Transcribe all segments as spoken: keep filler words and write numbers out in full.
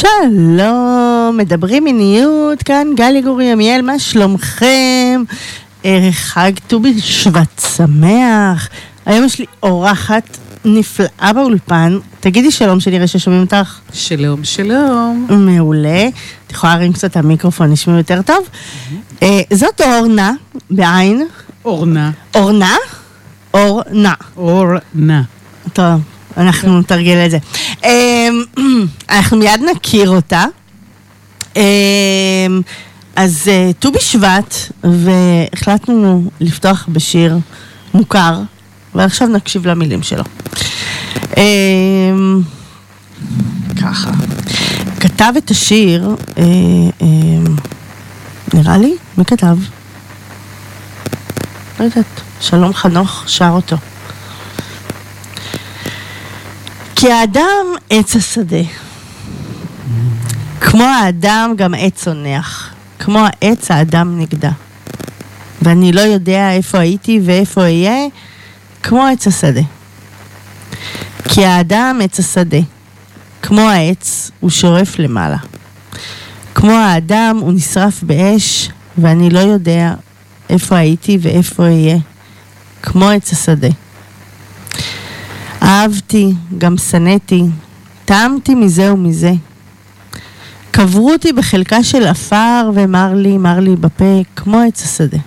שלום, מדברים מיניות, כאן גלי גורי ימיאל, מה שלומכם? חג ט"ו בשבט שמח. היום יש לי אורחת נפלאה באולפן. תגידי שלום שנראה ששומעים אותך. שלום, שלום. מעולה. את יכולה להרים קצת את המיקרופון, נשמע יותר טוב. Mm-hmm. זאת אורנה, בעין. אורנה. אורנה? אורנה. אורנה. טוב. אנחנו נתרגל את זה. אנחנו מיד נכיר אותה. אז ט"ו בשבט, והחלטנו לפתוח בשיר מוכר, ועכשיו נקשיב למילים שלו. ככה. כתב את השיר, נראה לי, מי כתב? לא יודעת, שלום חנוך שר אותו. כי האדם עץ השדה. כמו האדם גם עץ צונח. כמו העץ האדם נגדע. ואני לא יודע איפה הייתי ואיפה אהיה, כמו עץ השדה. כי האדם עץ השדה. כמו העץ הוא שורף למעלה. כמו האדם הוא נשרף באש, ואני לא יודע איפה הייתי ואיפה אהיה, כמו עץ השדה. אהבתי, גם שנאתי, טעמתי מזה ומזה. קברו אותי בחלקה של אפר ומר לי, מר לי בפה, כמו עץ השדה.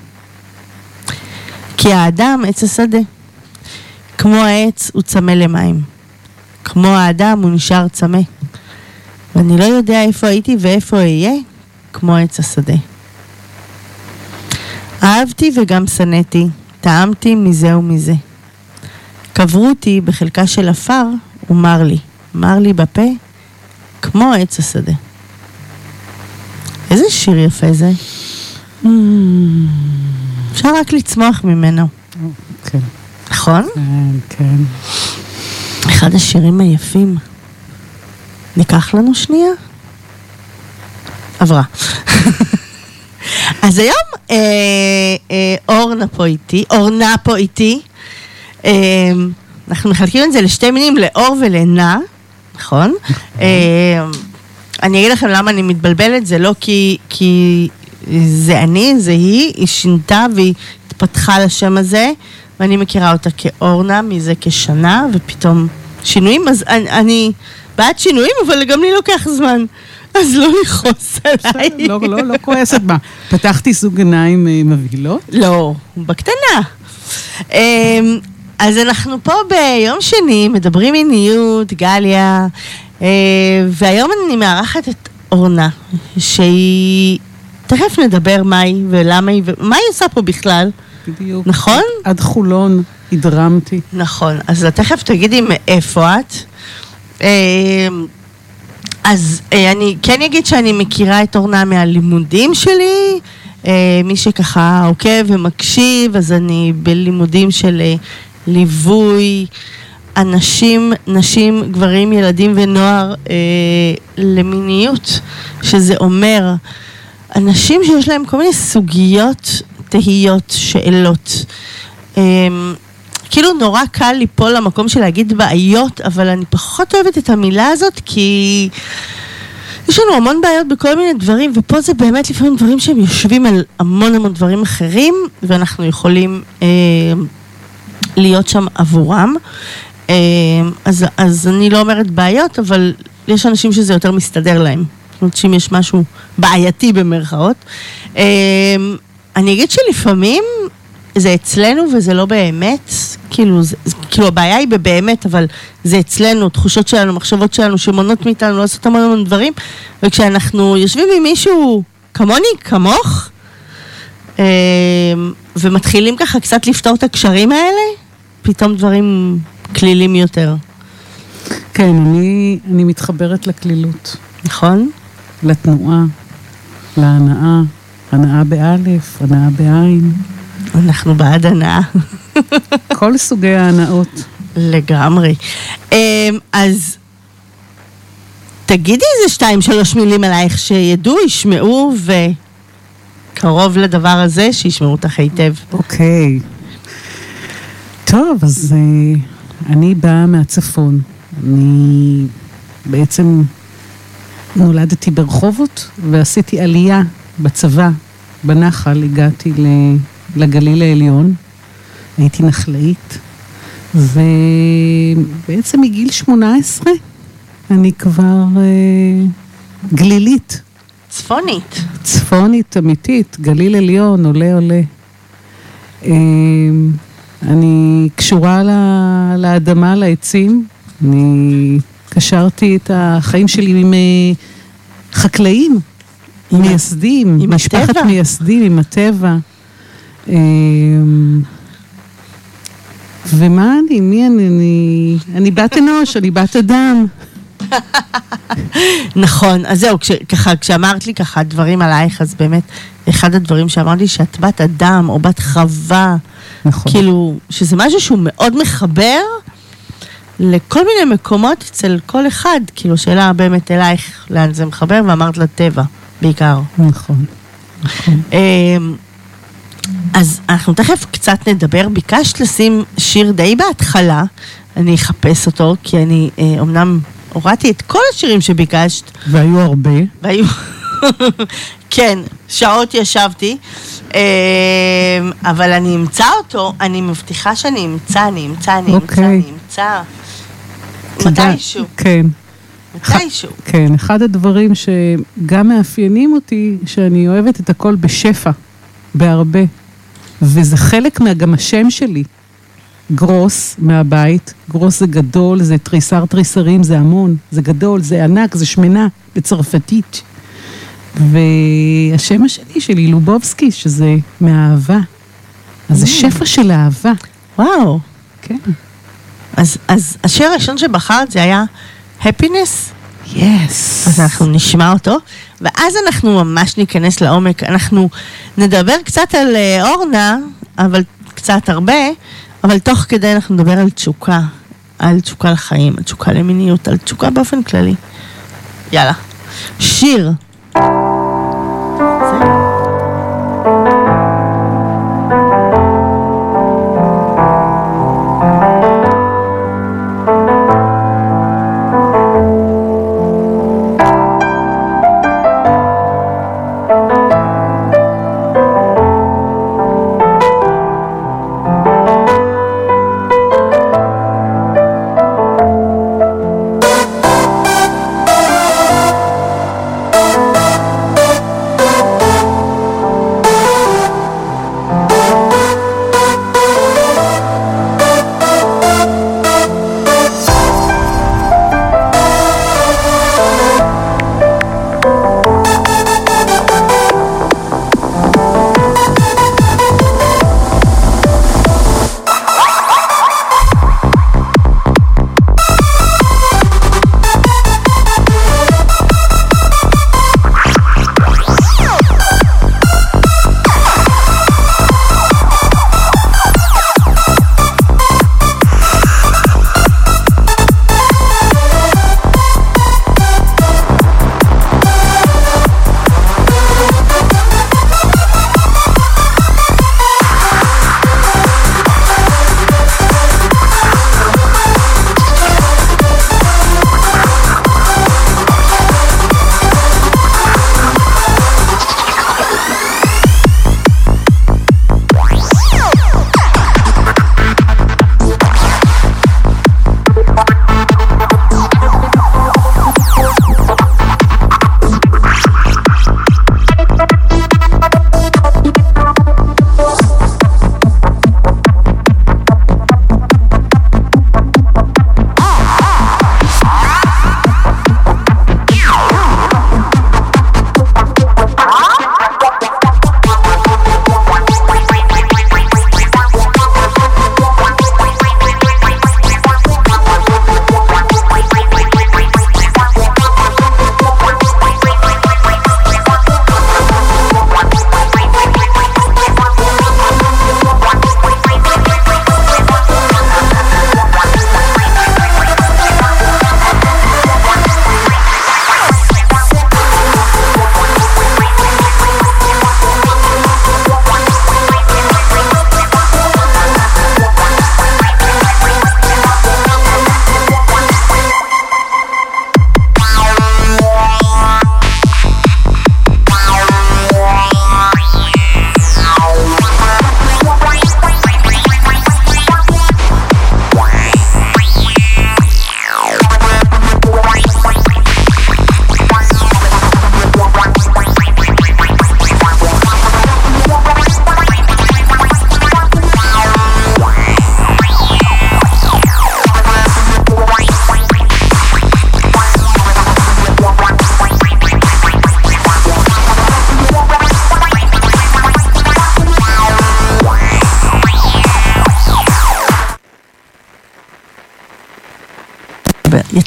כי האדם עץ השדה. כמו העץ הוא צמא למים. כמו האדם הוא נשאר צמא. ואני לא יודע איפה הייתי ואיפה אהיה, כמו עץ השדה. אהבתי וגם שנאתי, טעמתי מזה ומזה. קברו אותי בחלקה של אפר ומר לי, מר לי בפה, כמו עץ השדה. איזה שיר יפה זה. Mm. אפשר רק לצמוח ממנו. כן. נכון? כן, כן. אחד השירים היפים. ניקח לנו שנייה? עברה. אז היום אה, אה, אורנה פה איתי, אורנה פה איתי, אנחנו מחלקים את זה לשתי מינים, לאור ולנה, נכון? אני אגיד לכם למה אני מתבלבלת, זה לא כי, כי זה אני, זה היא, היא שינתה והיא התפתחה לשם הזה, ואני מכירה אותה כאורנה מזה כשנה, ופתאום שינויים, אז אני, אני בעד שינויים, אבל גם לי לוקח זמן, אז לא לכעוס עליי. לא, לא, לא כועסת בה. פתחתי זוג עיניים מבהילות? לא, בקטנה. אז אנחנו פה ביום שני, מדברים מיניות, גליה, והיום אני מארחת את אורנה, שהיא, תכף נדבר מה היא ולמה היא, ומה היא עושה פה בכלל, בדיוק. נכון? עד חולון הדרמתי. נכון, אז תכף תגידי מאיפה את. אז אני כן אגיד שאני מכירה את אורנה מהלימודים שלי, מי שככה עוקב ומקשיב, אז אני בלימודים של ליווי אנשים, נשים, גברים, ילדים ונוער אה, למיניות, שזה אומר אנשים שיש להם כל מיני סוגיות, תהיות, שאלות. אה, כאילו נורא קל ליפול למקום של להגיד בעיות, אבל אני פחות אוהבת את המילה הזאת, כי יש לנו המון בעיות בכל מיני דברים, ופה זה באמת לפעמים דברים שהם יושבים על המון המון דברים אחרים, ואנחנו יכולים אה, להיות שם עבורם. אז, אז אני לא אומרת בעיות, אבל יש אנשים שזה יותר מסתדר להם. זאת אומרת שאם יש משהו בעייתי במרכאות. אני אגיד שלפעמים זה אצלנו וזה לא באמת, כאילו, זה, כאילו הבעיה היא בבאמת, אבל זה אצלנו, תחושות שלנו, מחשבות שלנו, שמונות מאיתנו לעשות המון המון דברים, וכשאנחנו יושבים עם מישהו כמוני, כמוך, ומתחילים ככה קצת לפתור את הקשרים האלה, פתאום דברים כלילים יותר. כן, אני, אני מתחברת לכלילות. נכון? לתנועה, להנאה, הנאה באלף, הנאה בעין. אנחנו בעד הנאה. כל סוגי ההנאות. לגמרי. אז תגידי איזה שתיים, שלוש מילים עלייך שידעו, ישמעו וקרוב לדבר הזה שישמעו אותך היטב. אוקיי. טוב, אז אני באה מהצפון. אני בעצם נולדתי ברחובות, ועשיתי עלייה בצבא, בנחל, הגעתי לגליל העליון, הייתי נחלאית, ובעצם מגיל שמונה עשרה, אני כבר אה, גלילית. צפונית. צפונית, אמיתית, גליל עליון, עולה עולה. אה, אני קשורה לאדמה, לעצים, אני קשרתי את החיים שלי עם חקלאים, עם מייסדים, עם משפחת הטבע. מייסדים, עם הטבע. ומה אני? מי אני? אני, אני בת אנוש, אני בת אדם. נכון, אז זהו, כש, ככה, כשאמרת לי ככה דברים עלייך, אז באמת, אחד הדברים שאמרתי שאת בת אדם או בת חווה, נכון. כאילו, שזה משהו שהוא מאוד מחבר לכל מיני מקומות אצל כל אחד, כאילו, שאלה באמת אלייך לאן זה מחבר, ואמרת לטבע, בעיקר. נכון, נכון. אז אנחנו תכף קצת נדבר, ביקשת לשים שיר די בהתחלה, אני אחפש אותו, כי אני אומנם הורדתי את כל השירים שביקשת. והיו הרבה. והיו, כן, שעות ישבתי, אבל אני אמצא אותו, אני מבטיחה שאני אמצא, אני אמצא, אני אמצא, אני אמצא. מתישהו. כן. מתישהו. כן, אחד הדברים שגם מאפיינים אותי, שאני אוהבת את הכל בשפע, בהרבה. וזה חלק מהגם השם שלי. גרוס מהבית, גרוס זה גדול, זה תריסר תריסרים, זה המון, זה גדול, זה ענק, זה שמנה, בצרפתית. והשם השני שלי, לובובסקי, שזה מהאהבה. אז זה שפע של אהבה. וואו. כן. אז, אז השיר הראשון שבחרת זה היה Happiness? Yes. אז אנחנו נשמע אותו, ואז אנחנו ממש ניכנס לעומק. אנחנו נדבר קצת על אורנה, אבל קצת הרבה, אבל תוך כדי אנחנו נדבר על תשוקה, על תשוקה לחיים, על תשוקה למיניות, על תשוקה באופן כללי. יאללה. שיר.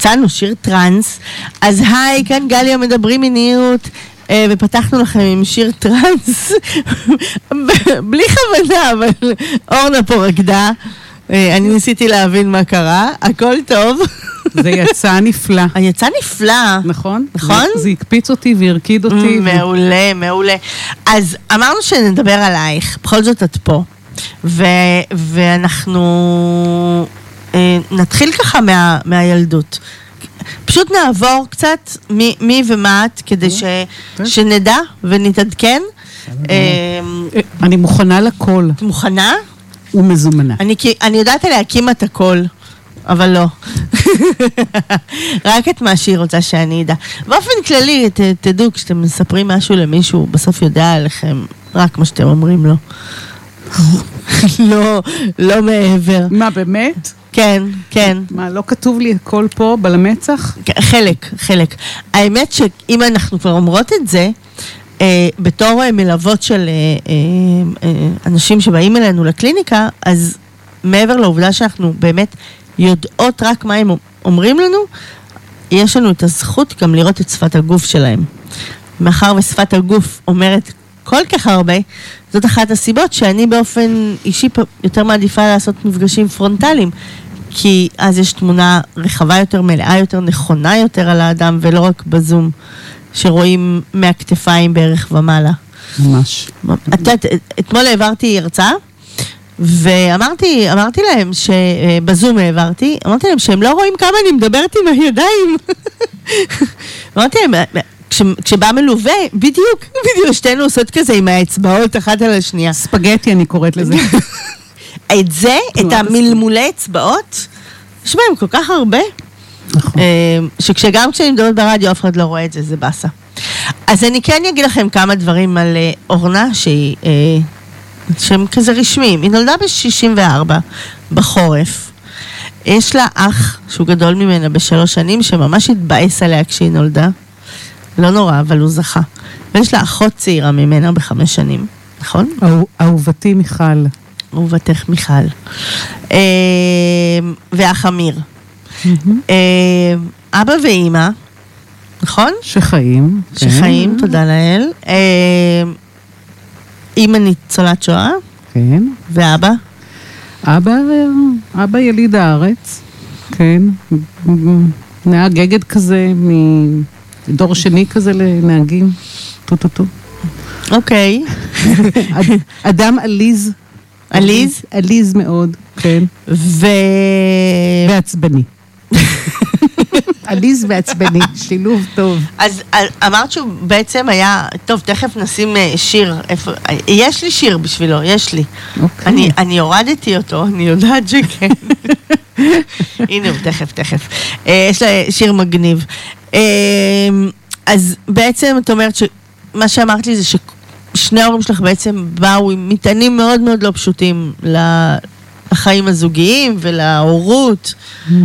יצאנו שיר טרנס, אז היי, כאן גליה מדברים מיניות, ופתחנו לכם עם שיר טרנס, בלי כוונה, אבל אורנה פה רקדה, אני ניסיתי להבין מה קרה, הכל טוב. זה יצא נפלא. יצא נפלא. נכון? נכון? זה הקפיץ אותי והרקיד אותי. מעולה, מעולה. אז אמרנו שנדבר עלייך, בכל זאת את פה, ואנחנו נתחיל ככה מהילדות. פשוט נעבור קצת מי ומה את, כדי שנדע ונתעדכן. אני מוכנה לכל. את מוכנה? ומזומנה. אני יודעת להקים את הכל, אבל לא. רק את מה שהיא רוצה שאני אדע. באופן כללי, תדעו, כשאתם מספרים משהו למישהו, בסוף יודע עליכם רק מה שאתם אומרים לו. לא, לא מעבר. מה, באמת? כן, כן. מה, לא כתוב לי הכל פה בלמצח? חלק, חלק. האמת שאם אנחנו כבר אומרות את זה, אה, בתור מלוות של אה, אה, אנשים שבאים אלינו לקליניקה, אז מעבר לעובדה שאנחנו באמת יודעות רק מה הם אומרים לנו, יש לנו את הזכות גם לראות את שפת הגוף שלהם. מאחר ושפת הגוף אומרת כל כך הרבה, זאת אחת הסיבות שאני באופן אישי יותר מעדיפה לעשות מפגשים פרונטליים, כי אז יש תמונה רחבה יותר, מלאה יותר, נכונה יותר על האדם, ולא רק בזום, שרואים מהכתפיים בערך ומעלה. ממש. את יודעת, אתמול העברתי הרצאה, ואמרתי, אמרתי להם שבזום העברתי, אמרתי להם שהם לא רואים כמה אני מדברת עם הידיים. אמרתי להם, כש, כשבא מלווה, בדיוק, בדיוק, שתינו עושות כזה עם האצבעות אחת על השנייה. ספגטי אני קוראת לזה. את זה, את המלמולי אצבעות, יש בהם כל כך הרבה, נכון. שגם כשאני מדברת ברדיו, אף אחד לא רואה את זה, זה בסה. אז אני כן אגיד לכם כמה דברים על אורנה, שהיא, שהם כזה רשמיים. היא נולדה ב-שישים וארבע, בחורף. יש לה אח, שהוא גדול ממנה בשלוש שנים, שממש התבאס עליה כשהיא נולדה. לא נורא, אבל הוא זכה. ויש לה אחות צעירה ממנה בחמש שנים, נכון? אהובתי מיכל. אהובתך מיכל. ואח אמיר. אבא ואימא, נכון? שחיים. שחיים, תודה לאל. אימא ניצולת שואה. כן. ואבא? אבא, אבא יליד הארץ. כן. נהג אגד כזה, מדור שני כזה לנהגים. טו טו טו. אוקיי. אדם עליז. עליז? עליז מאוד, כן. ו... ועצבני. עליז ועצבני, שילוב טוב. אז אמרת שהוא בעצם היה, טוב, תכף נשים שיר, איפה, יש לי שיר בשבילו, יש לי. אוקיי. אני, אני הורדתי אותו, אני יודעת שכן. הנה הוא, תכף, תכף. יש לה שיר מגניב. אז בעצם את אומרת שמה שאמרת לי זה ששני ההורים שלך בעצם באו עם מטענים מאוד מאוד לא פשוטים לחיים הזוגיים ולהורות.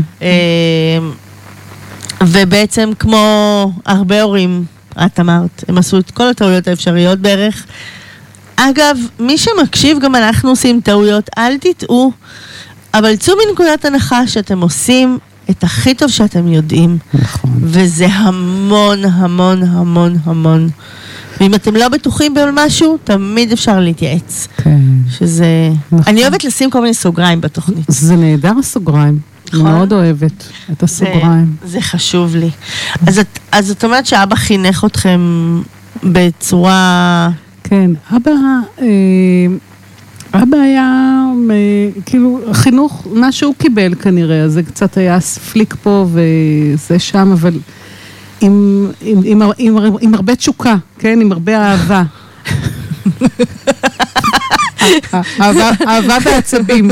ובעצם כמו הרבה הורים, את אמרת, הם עשו את כל הטעויות האפשריות בערך. אגב, מי שמקשיב, גם אנחנו עושים טעויות, אל תטעו, אבל צאו מנקודת הנחה שאתם עושים את הכי טוב שאתם יודעים. נכון. וזה המון, המון, המון, המון. ואם אתם לא בטוחים במשהו, תמיד אפשר להתייעץ. כן. שזה... נכון. אני אוהבת לשים כל מיני סוגריים בתוכנית. זה נהדר הסוגריים. אני מאוד אוהבת את הסוגריים. זה, זה חשוב לי. אז את, אז את אומרת שאבא חינך אתכם בצורה... כן, אבא, אה, אבא היה, אה, כאילו, חינוך, מה שהוא קיבל כנראה, אז זה קצת היה פליק פה וזה שם, אבל עם, עם, עם, עם, עם הרבה תשוקה, כן? עם הרבה אהבה. אהבה, אהבה בעצבים.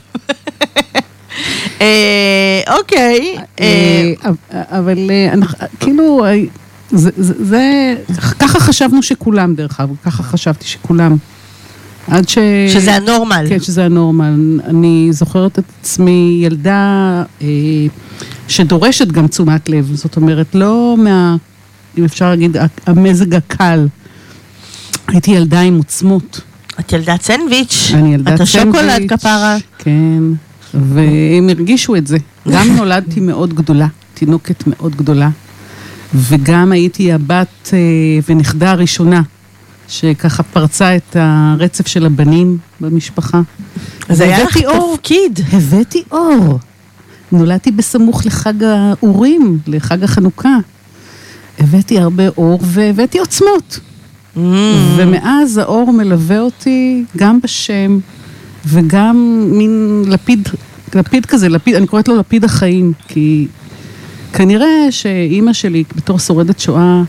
אוקיי. אבל כאילו, זה, ככה חשבנו שכולם דרך אגב, ככה חשבתי שכולם. עד ש... שזה הנורמל. כן, שזה הנורמל. אני זוכרת את עצמי ילדה שדורשת גם תשומת לב, זאת אומרת, לא מה, אם אפשר להגיד, המזג הקל. הייתי ילדה עם עוצמות. את ילדת סנדוויץ'. אני ילדת סנדוויץ'. אתה שוקולד כפרה. כן, והם הרגישו את זה. גם נולדתי מאוד גדולה. תינוקת מאוד גדולה, וגם הייתי הבת ונכדה הראשונה, שככה פרצה את הרצף של הבנים במשפחה. אז היה לך תפקיד. הבאתי אור. נולדתי בסמוך לחג האורים, לחג החנוכה. הבאתי הרבה אור והבאתי עוצמות. Mm. ומאז האור מלווה אותי גם בשם, וגם מין לפיד, לפיד כזה, לפיד, אני קוראת לו לפיד החיים, כי כנראה שאימא שלי, בתור שורדת שואה,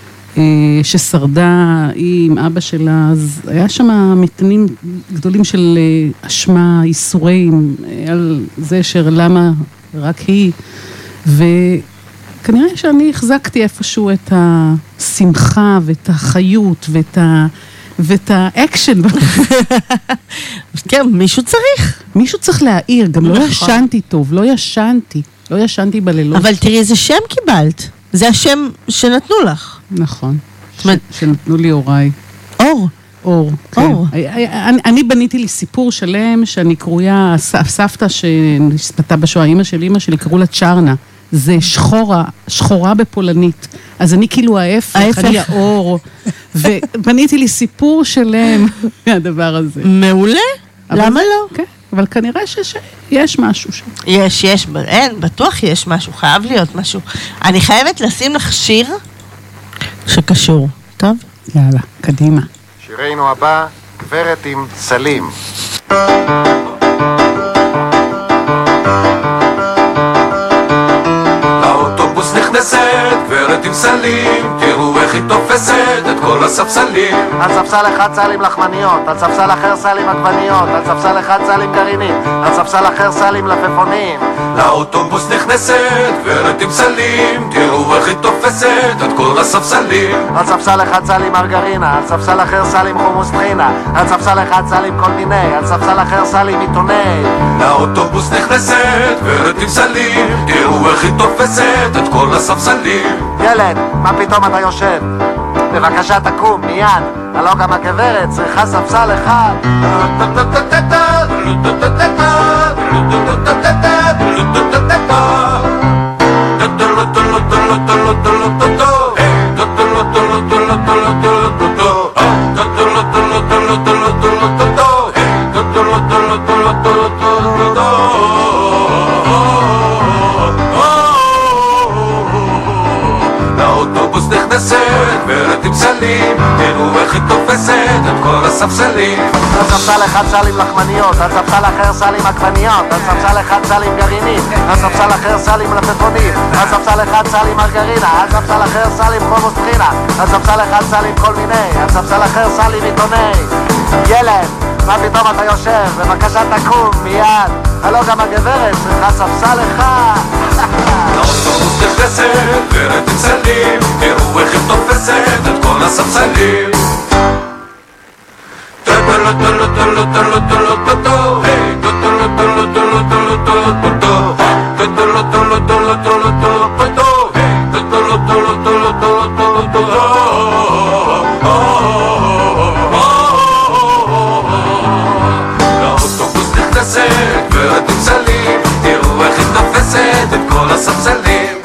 ששרדה היא עם אבא שלה, אז היה שם מטענים גדולים של אשמה, ייסורים, על זה שלמה רק היא, וכנראה שאני החזקתי איפשהו את השמחה ואת החיות ואת ה... ואת האקשן. כן, מישהו צריך. מישהו צריך להעיר, גם לא ישנתי טוב, לא ישנתי, לא ישנתי בלילות. אבל תראי, איזה שם קיבלת. זה השם שנתנו לך. נכון, שנתנו לי אוריי. אור. אור, כן. אני בניתי לי סיפור שלם שאני קרויה, סבתא שנספתה בשואה, אמא של אמא שלי, קראו לה צ'רנה. זה שחורה, שחורה בפולנית. אז אני כאילו ההפך, אני האור. ובניתי לי סיפור שלם מהדבר הזה. מעולה? למה לא? כן, אבל כנראה שיש משהו שם. יש, יש, אין, בטוח יש משהו, חייב להיות משהו. אני חייבת לשים לך שיר שקשור, טוב? יאללה, קדימה. שירנו הבא, גברת עם סלים. לאוטובוס נכנסת, גברת עם סלים, תראו איך היא תופסת את כל הספסלים. על ספסל אחד סלים לחמניות, על ספסל אחר סלים עגבניות, על ספסל אחד סלים גרעינים, על ספסל אחר סלים לפפונים. לאוטובוס נכנסת, גברת עם סלים, תראו איך היא תופסת את כל הספסלים. על ספסל אחד סלים מרגרינה, על ספסל אחר סלים חומוס טחינה, על ספסל אחד סלים כל מיני, על ספסל אחר סלים עיתוני. לאוטובוס נכנסת, גברת עם סלים, תראו איך היא תופסת את כל הספסלים. ילד, מה פתאום אתה יושב? בבקשה תקום מיד, הלא גם הגברת צריכה ספסל אחד. לאוטובוס נכנסת, גברת עם סלים, תראו איך היא תופסת את כל הספסלים. על ספסל אחד סלים לחמניות, על ספסל אחר סלים עגבניות, על ספסל אחד סלים גרעינים, על ספסל אחר סלים לפפונים, על ספסל אחד סלים מרגרינה, על ספסל אחר סלים חומוס טחינה, על ספסל אחד סלים כל מיני, על ספסל אחר סלים עיתוני. ילד, מה פתאום אתה יושב? בבקשה תקום מיד, הלא גם הגברת צריכה ספסל אחד. לאוטובוס נכנסת, גברת עם סלים, תראו איך היא תופסת את כל הספסלים. לאוטובוס נכנסת, גברת עם סלים, תראו איך היא תופסת את כל הספסלים.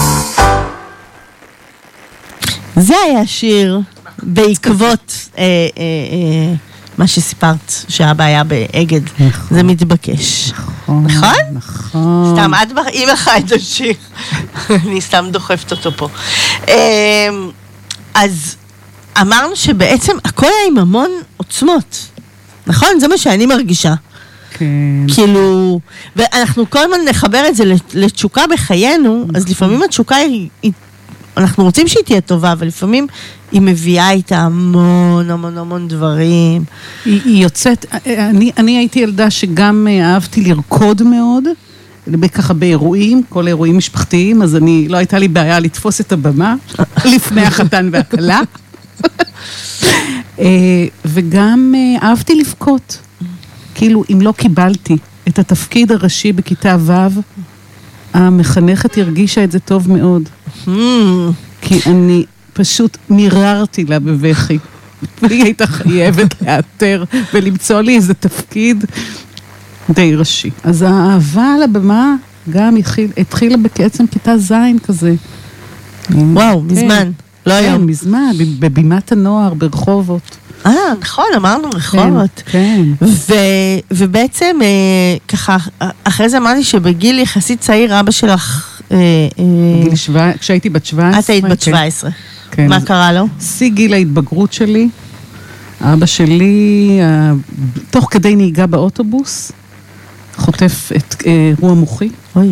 זה היה שיר בעקבות אה, אה, אה, מה שסיפרת שהאבא היה באגד. נכון. זה מתבקש. נכון? נכון? נכון. סתם, את מראים לך את השיר. אני סתם דוחפת אותו פה. אה, אז אמרנו שבעצם הכל היה עם המון עוצמות. נכון? זה מה שאני מרגישה. כן. כאילו, ואנחנו כל הזמן נחבר את זה לתשוקה בחיינו, אז לפעמים התשוקה היא, היא, אנחנו רוצים שהיא תהיה טובה, אבל לפעמים היא מביאה איתה המון המון המון דברים. היא, היא יוצאת, אני, אני הייתי ילדה שגם אהבתי לרקוד מאוד, ככה באירועים, כל אירועים משפחתיים, אז אני, לא הייתה לי בעיה לתפוס את הבמה, לפני החתן והכלה. וגם אהבתי לבכות. כאילו, אם לא קיבלתי את התפקיד הראשי בכיתה ו', המחנכת הרגישה את זה טוב מאוד. כי אני פשוט מיררתי לה בבכי. והיא הייתה חייבת לאתר ולמצוא לי איזה תפקיד די ראשי. אז האהבה על הבמה גם התחיל, התחילה בעצם כיתה זין כזה. וואו, מזמן, לא היום. כן, מזמן, בבימת הנוער, ברחובות. אה, נכון, אמרנו רחובות. כן. ובעצם, ככה, אחרי זה אמרתי שבגיל יחסית צעיר, אבא שלך... בגיל שבע, כשהייתי בת שבע עשרה. את היית בת שבע עשרה. כן. מה קרה לו? שיא גיל ההתבגרות שלי. אבא שלי, תוך כדי נהיגה באוטובוס, חוטף את אירוע מוחי. אוי.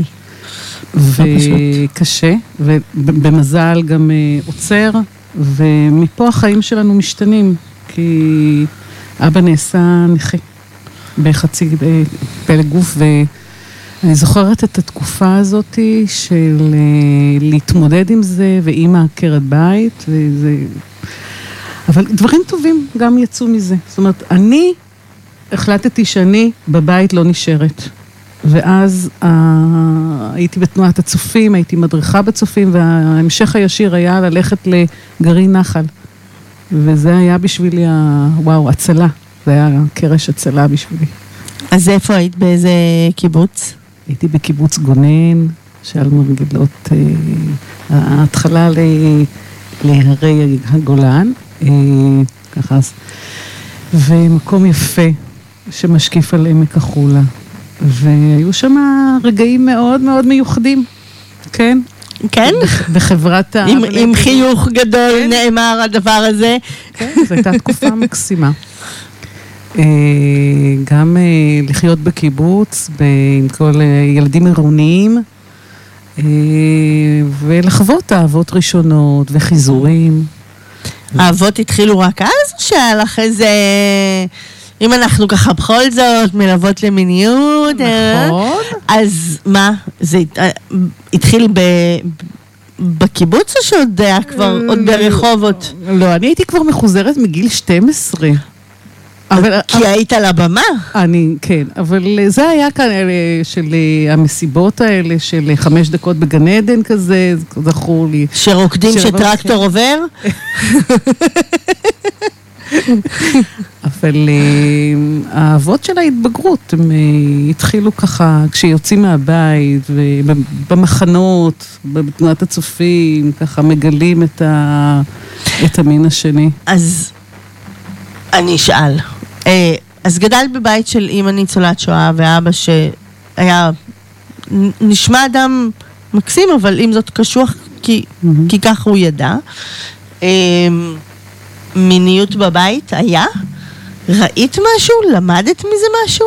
וקשה, ובמזל גם עוצר, ומפה החיים שלנו משתנים, כי אבא נעשה נכה בחצי פלג גוף, ואני זוכרת את התקופה הזאת של להתמודד עם זה, ואמא עקרת בית, וזה... אבל דברים טובים גם יצאו מזה. זאת אומרת, אני החלטתי שאני בבית לא נשארת. ואז אה, הייתי בתנועת הצופים, הייתי מדריכה בצופים, וההמשך הישיר היה ללכת לגרעין נחל. וזה היה בשבילי, וואו, הצלה. זה היה קרש הצלה בשבילי. אז איפה היית? באיזה קיבוץ? הייתי בקיבוץ גונן, שעל מרגלות, אה, ההתחלה ל, להרי הגולן. אה, ככה אז. ומקום יפה שמשקיף על עמק החולה. והיו שם רגעים מאוד מאוד מיוחדים, כן? כן? בחברת ה... עם, עם חיוך גדול כן? נאמר הדבר הזה. כן, זו הייתה תקופה מקסימה. גם לחיות בקיבוץ, עם כל ילדים עירוניים, ולחוות אהבות ראשונות וחיזורים. האהבות התחילו רק אז, או שהיה לך איזה... אם אנחנו ככה בכל זאת מלוות למיניות, נכון. אז מה? זה התחיל ב... בקיבוץ או שעוד היה כבר, עוד ברחובות? לא, אני הייתי כבר מחוזרת מגיל שתים עשרה. כי היית על הבמה? אני, כן, אבל זה היה כאן של המסיבות האלה, של חמש דקות בגן עדן כזה, זכור לי. שרוקדים שטרקטור עובר? אבל האהבות של ההתבגרות, הם התחילו ככה, כשיוצאים מהבית, ובמחנות, בתנועת הצופים, ככה מגלים את, ה, את המין השני. אז אני אשאל. אז גדלת בבית של אמא ניצולת שואה, ואבא שהיה נשמע אדם מקסים, אבל אם זאת קשוח, כי, mm-hmm. כי ככה הוא ידע. מיניות בבית היה? ראית משהו? למדת מזה משהו?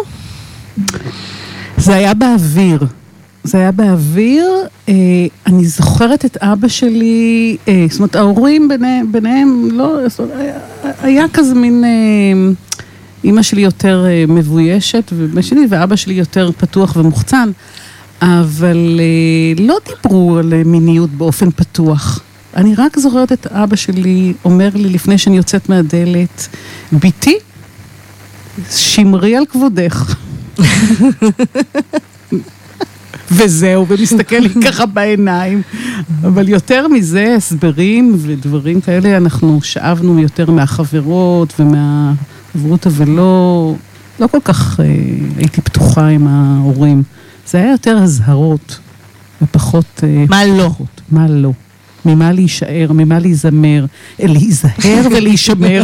זה היה באוויר. זה היה באוויר. אה, אני זוכרת את אבא שלי, אה, זאת אומרת, ההורים ביניהם, ביניהם לא, זאת אומרת, היה, היה כזה מין, אה, אמא שלי יותר אה, מבוישת, ובשני, ואבא שלי יותר פתוח ומוחצן, אבל אה, לא דיברו על מיניות באופן פתוח. אני רק זוכרת את אבא שלי אומר לי לפני שאני יוצאת מהדלת, ביתי, שמרי על כבודך. וזהו, ומסתכל לי ככה בעיניים. אבל יותר מזה, הסברים ודברים כאלה, אנחנו שאבנו יותר מהחברות ומהחברות, אבל לא, לא כל כך אה, הייתי פתוחה עם ההורים. זה היה יותר הזהרות, ופחות... אה, מה לא? פחות, מה לא? ממה להישאר, ממה להיזמר, להיזהר ולהישמר.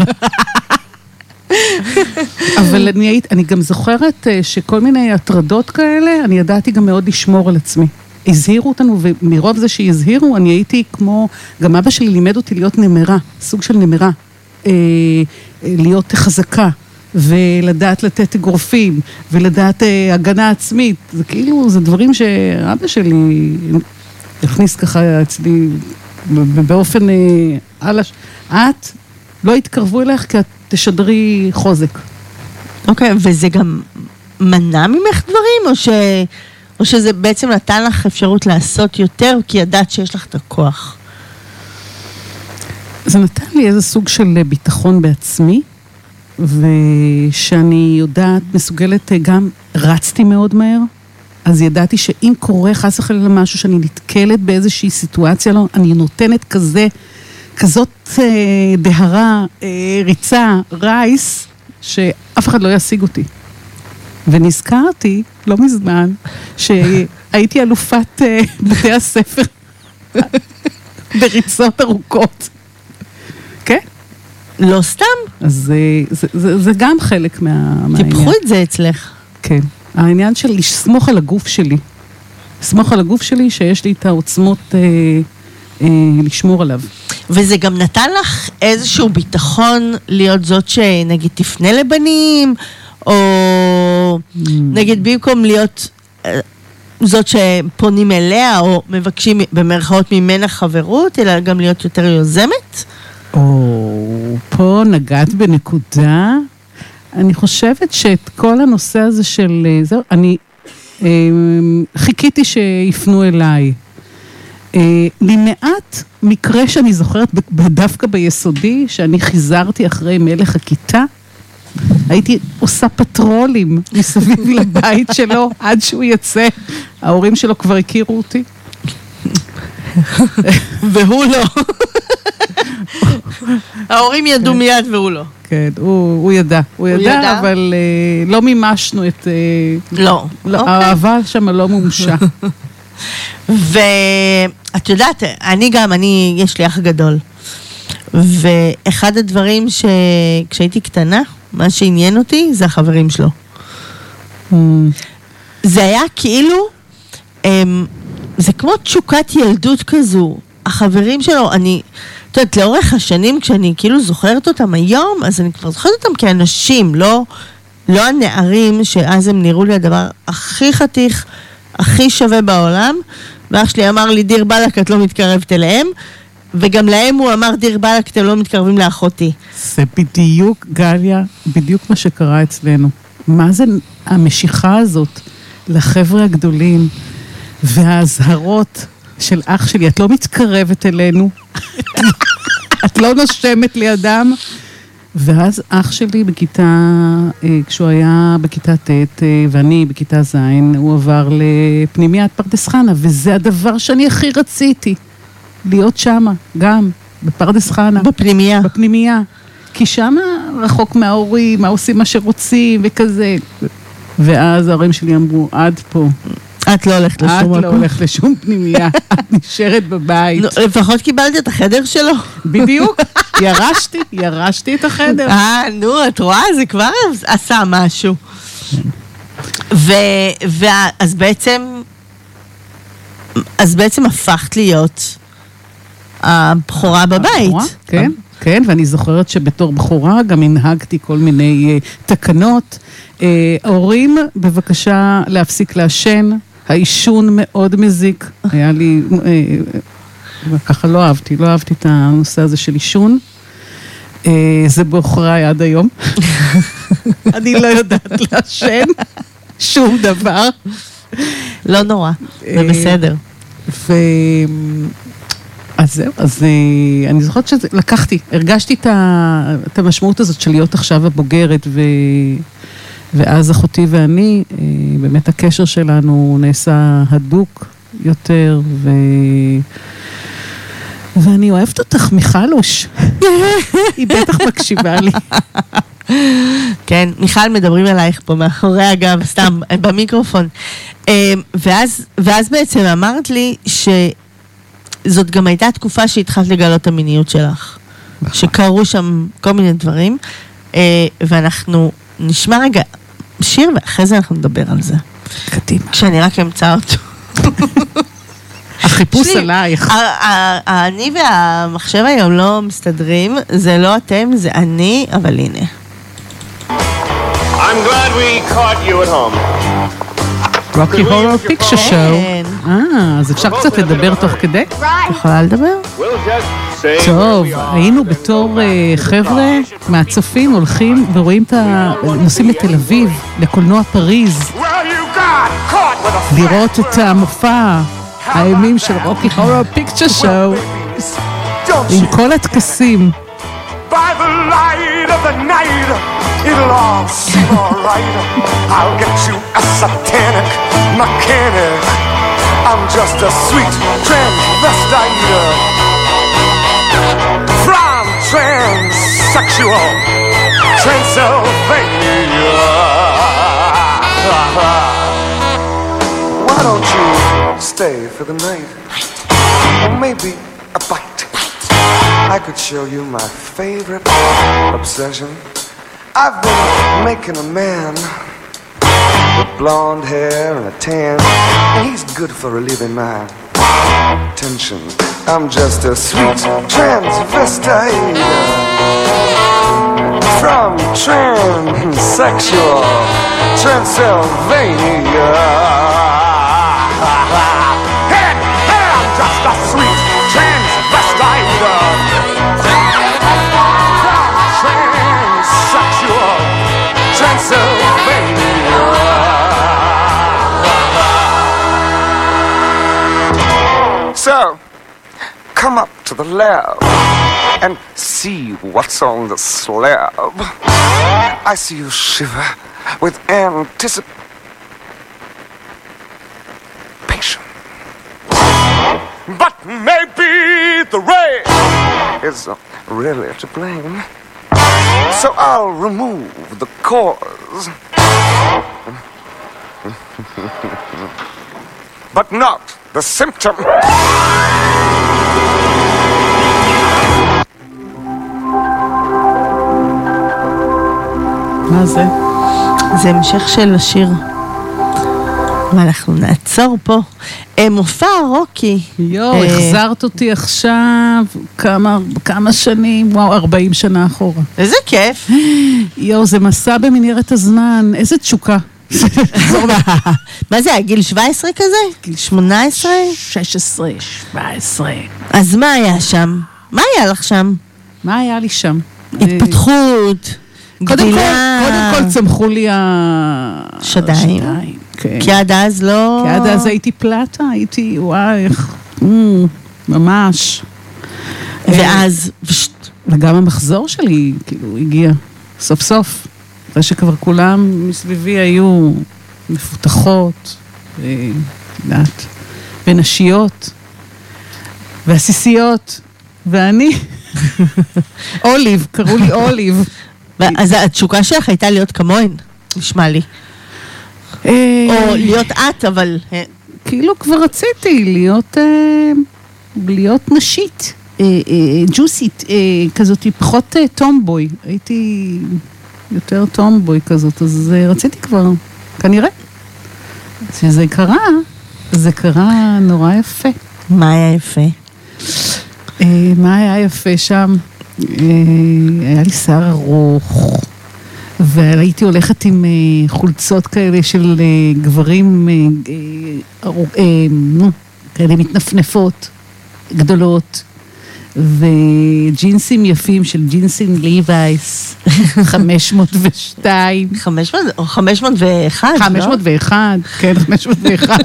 אבל אני, היית, אני גם זוכרת שכל מיני הטרדות כאלה, אני ידעתי גם מאוד לשמור על עצמי. הזהירו אותנו, ומרוב זה שהזהירו, אני הייתי כמו, גם אבא שלי לימד אותי להיות נמרה, סוג של נמרה, אה, להיות חזקה, ולדעת לתת אגרופים, ולדעת אה, הגנה עצמית. זה כאילו, זה דברים שאבא שלי הכניס ככה אצלי, באופן, על הש... את לא התקרבו אליך כי את תשדרי חוזק. אוקיי, וזה גם מנע ממך דברים, או, ש... או שזה בעצם נתן לך אפשרות לעשות יותר, כי ידעת שיש לך את הכוח? זה נתן לי איזה סוג של ביטחון בעצמי, ושאני יודעת, מסוגלת גם, רצתי מאוד מהר, אז ידעתי שאם קורה חס וחלילה משהו שאני נתקלת באיזושהי סיטואציה, לא, אני נותנת כזה, כזאת אה, דהרה, אה, ריצה, רייס, שאף אחד לא ישיג אותי. ונזכרתי, לא מזמן, ש... הייתי אלופת בתי הספר בריצות ארוכות. כן? לא סתם. אז זה, זה, זה גם חלק מה, מהעניין. טיפחו את זה אצלך. כן. העניין של לסמוך על הגוף שלי. לסמוך על הגוף שלי שיש לי את העוצמות אה, אה, לשמור עליו. וזה גם נתן לך איזשהו ביטחון להיות זאת שנגיד תפנה לבנים, או mm. נגיד במקום להיות זאת שפונים אליה, או מבקשים במרכאות ממנה חברות, אלא גם להיות יותר יוזמת? או, פה נגעת בנקודה. אני חושבת שאת כל הנושא הזה של, זהו, אני אה, חיכיתי שיפנו אליי. למעט מקרה שאני זוכרת דווקא ביסודי, שאני חיזרתי אחרי מלך הכיתה, הייתי עושה פטרולים מסביב לבית שלו עד שהוא יצא. ההורים שלו כבר הכירו אותי. והוא לא. ההורים ידעו מיד והוא לא. כן, הוא ידע. הוא ידע, אבל לא מימשנו את... לא. האהבה שם לא מומשה. ואת יודעת, אני גם, אני, יש לי אח גדול. ואחד הדברים שכשהייתי קטנה, מה שעניין אותי, זה החברים שלו. זה היה כאילו, זה כמו תשוקת ילדות כזו. החברים שלו, אני, את יודעת, לאורך השנים, כשאני כאילו זוכרת אותם היום, אז אני כבר זוכרת אותם כאנשים, לא, לא הנערים, שאז הם נראו לי הדבר הכי חתיך, הכי שווה בעולם, ואח שלי אמר לי, דיר בלק, את לא מתקרבת אליהם, וגם להם הוא אמר, דיר בלק, אתם לא מתקרבים לאחותי. זה בדיוק, גליה, בדיוק מה שקרה אצלנו. מה זה המשיכה הזאת לחבר'ה הגדולים, וההזהרות של אח שלי, את לא מתקרבת אלינו, את לא נושמת לידם, ואז אח שלי בכיתה, כשהוא היה בכיתה ט' ואני בכיתה ז', הוא עבר לפנימיית פרדס חנה, וזה הדבר שאני הכי רציתי, להיות שמה, גם בפרדס חנה. בפנימייה. בפנימייה. כי שמה רחוק מההורים, מה עושים מה שרוצים וכזה. ואז ההורים שלי אמרו, עד פה. את לא הולכת לשום מקום. את לא הולכת לשום פנימייה, את נשארת בבית. לפחות קיבלתי את החדר שלו. בדיוק, ירשתי, ירשתי את החדר. אה, נו, את רואה, זה כבר עשה משהו. ואז בעצם, אז בעצם הפכת להיות הבחורה בבית. כן, כן, ואני זוכרת שבתור בחורה גם הנהגתי כל מיני תקנות. ההורים, בבקשה להפסיק לעשן. העישון מאוד מזיק, היה לי, ככה לא אהבתי, לא אהבתי את הנושא הזה של עישון. זה בוחריי עד היום. אני לא יודעת לעשן שום דבר. לא נורא, זה בסדר. ו... אז זהו, אז אני זוכרת שלקחתי, הרגשתי את המשמעות הזאת של להיות עכשיו הבוגרת, ו... ואז אחותי ואני, באמת הקשר שלנו נעשה הדוק יותר, ו... ואני אוהבת אותך, מיכלוש. היא בטח מקשיבה לי. כן, מיכל מדברים עלייך פה מאחורי הגב, סתם, במיקרופון. ואז, ואז בעצם אמרת לי שזאת גם הייתה תקופה שהתחלת לגלות את המיניות שלך. שקרו שם כל מיני דברים, ואנחנו נשמע רגע שיר, ואחרי זה אנחנו נדבר על זה. קדימה. כשאני רק אמצא אותו. החיפוש עלייך. אני והמחשב היום לא מסתדרים, זה לא אתם, זה אני, אבל הנה. I'm glad we caught you at home. Rocky Horror Picture Show. אה, אז אפשר קצת לדבר תוך כדי? יכולה לדבר? טוב, היינו בתור חבר'ה מהצופים הולכים ורואים את ה... נוסעים לתל אביב, לקולנוע פריז, לראות את המופע האימים של רוקי הורר פיקצ'ר שואו עם כל הטקסים. By the light of the night, it'll all seem alright. I'll get you a satanic mechanic. I'm just a sweet transvestite from transsexual Transylvania. Why don't you stay for the night? Or maybe a bite. I could show you my favorite obsession. I've been making a man with blonde hair and a tan, and he's good for relieving my tension. I'm just a sweet transvestite from transsexual Transylvania. Hey, hey, I'm just a sweet transvestite from transsexual Transylvania. So, come up to the lab and see what's on the slab. I see you shiver with anticipation. But maybe the rain is really to blame. So I'll remove the cause. But not the symptom. מה זה? זה המשך של השיר. ואנחנו נעצור פה. מופע רוקי. יו, החזרת אותי עכשיו כמה, כמה שנים, וואו, ארבעים שנה אחורה. איזה כיף. יו, זה מסע במנהרת הזמן, איזה תשוקה. מה זה, גיל שבע עשרה כזה? גיל שמונה עשרה? שש עשרה, שבע עשרה. אז מה היה שם? מה היה לך שם? מה היה לי שם? התפתחות, גדילה. קודם כל צמחו לי השדיים. כי עד אז לא... כי עד אז הייתי פלטה, הייתי, וואי, ממש. ואז... וגם המחזור שלי, כאילו, הגיע סוף סוף. אחרי שכבר כולם מסביבי היו מפותחות, יודעת, ונשיות, ועסיסיות, ואני, אוליב, קראו לי אוליב. אז התשוקה שלך הייתה להיות כמוהן, נשמע לי. או להיות את, אבל... כאילו כבר רציתי להיות, להיות נשית, ג'וסית, כזאת, פחות טומבוי. הייתי יותר טומבוי כזאת, אז רציתי כבר, כנראה. שזה קרה, זה קרה נורא יפה. מה היה יפה? מה היה יפה שם? היה לי שיער ארוך, והייתי הולכת עם חולצות כאלה של גברים, כאלה מתנפנפות, גדולות, וג'ינסים יפים של ג'ינסים ליווייס, חמש מאות ושתיים. חמש מאות או חמש מאות ואחת, לא? חמש מאות ואחת, כן, חמש מאות ואחת.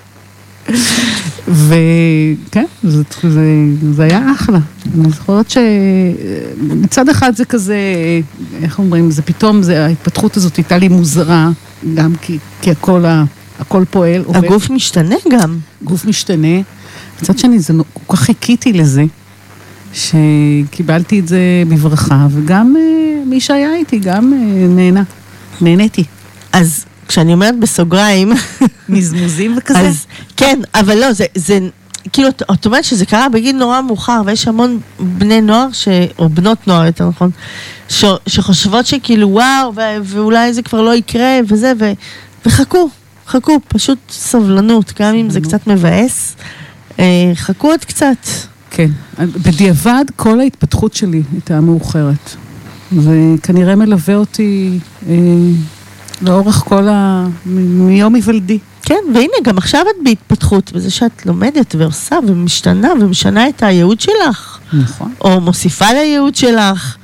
וכן, זה, זה, זה היה אחלה. אני זוכרת שמצד אחד זה כזה, איך אומרים, זה פתאום, זה, ההתפתחות הזאת הייתה לי מוזרה, גם כי, כי הכל, הכל פועל. הגוף עובד. משתנה גם. גוף משתנה. מצד שני, זה כל כך חיכיתי לזה, שקיבלתי את זה בברכה, וגם מי שהיה איתי גם נהנה, נהניתי. אז כשאני אומרת בסוגריים, מזמוזים וכזה? אז כן, אבל לא, זה, זה, כאילו, את אומרת שזה קרה בגיל נורא מאוחר, ויש המון בני נוער, ש, או בנות נוער, יותר נכון, ש, שחושבות שכאילו, וואו, ו, ואולי זה כבר לא יקרה, וזה, ו, וחכו, חכו, פשוט סבלנות, גם אם זה קצת מבאס, אה, חכו עוד קצת. כן, בדיעבד כל ההתפתחות שלי הייתה מאוחרת, וכנראה מלווה אותי אה, לאורך כל ה... מיום היוולדי. כן, והנה, גם עכשיו את בהתפתחות, בזה שאת לומדת ועושה ומשתנה ומשנה את הייעוד שלך. נכון. או מוסיפה לייעוד שלך.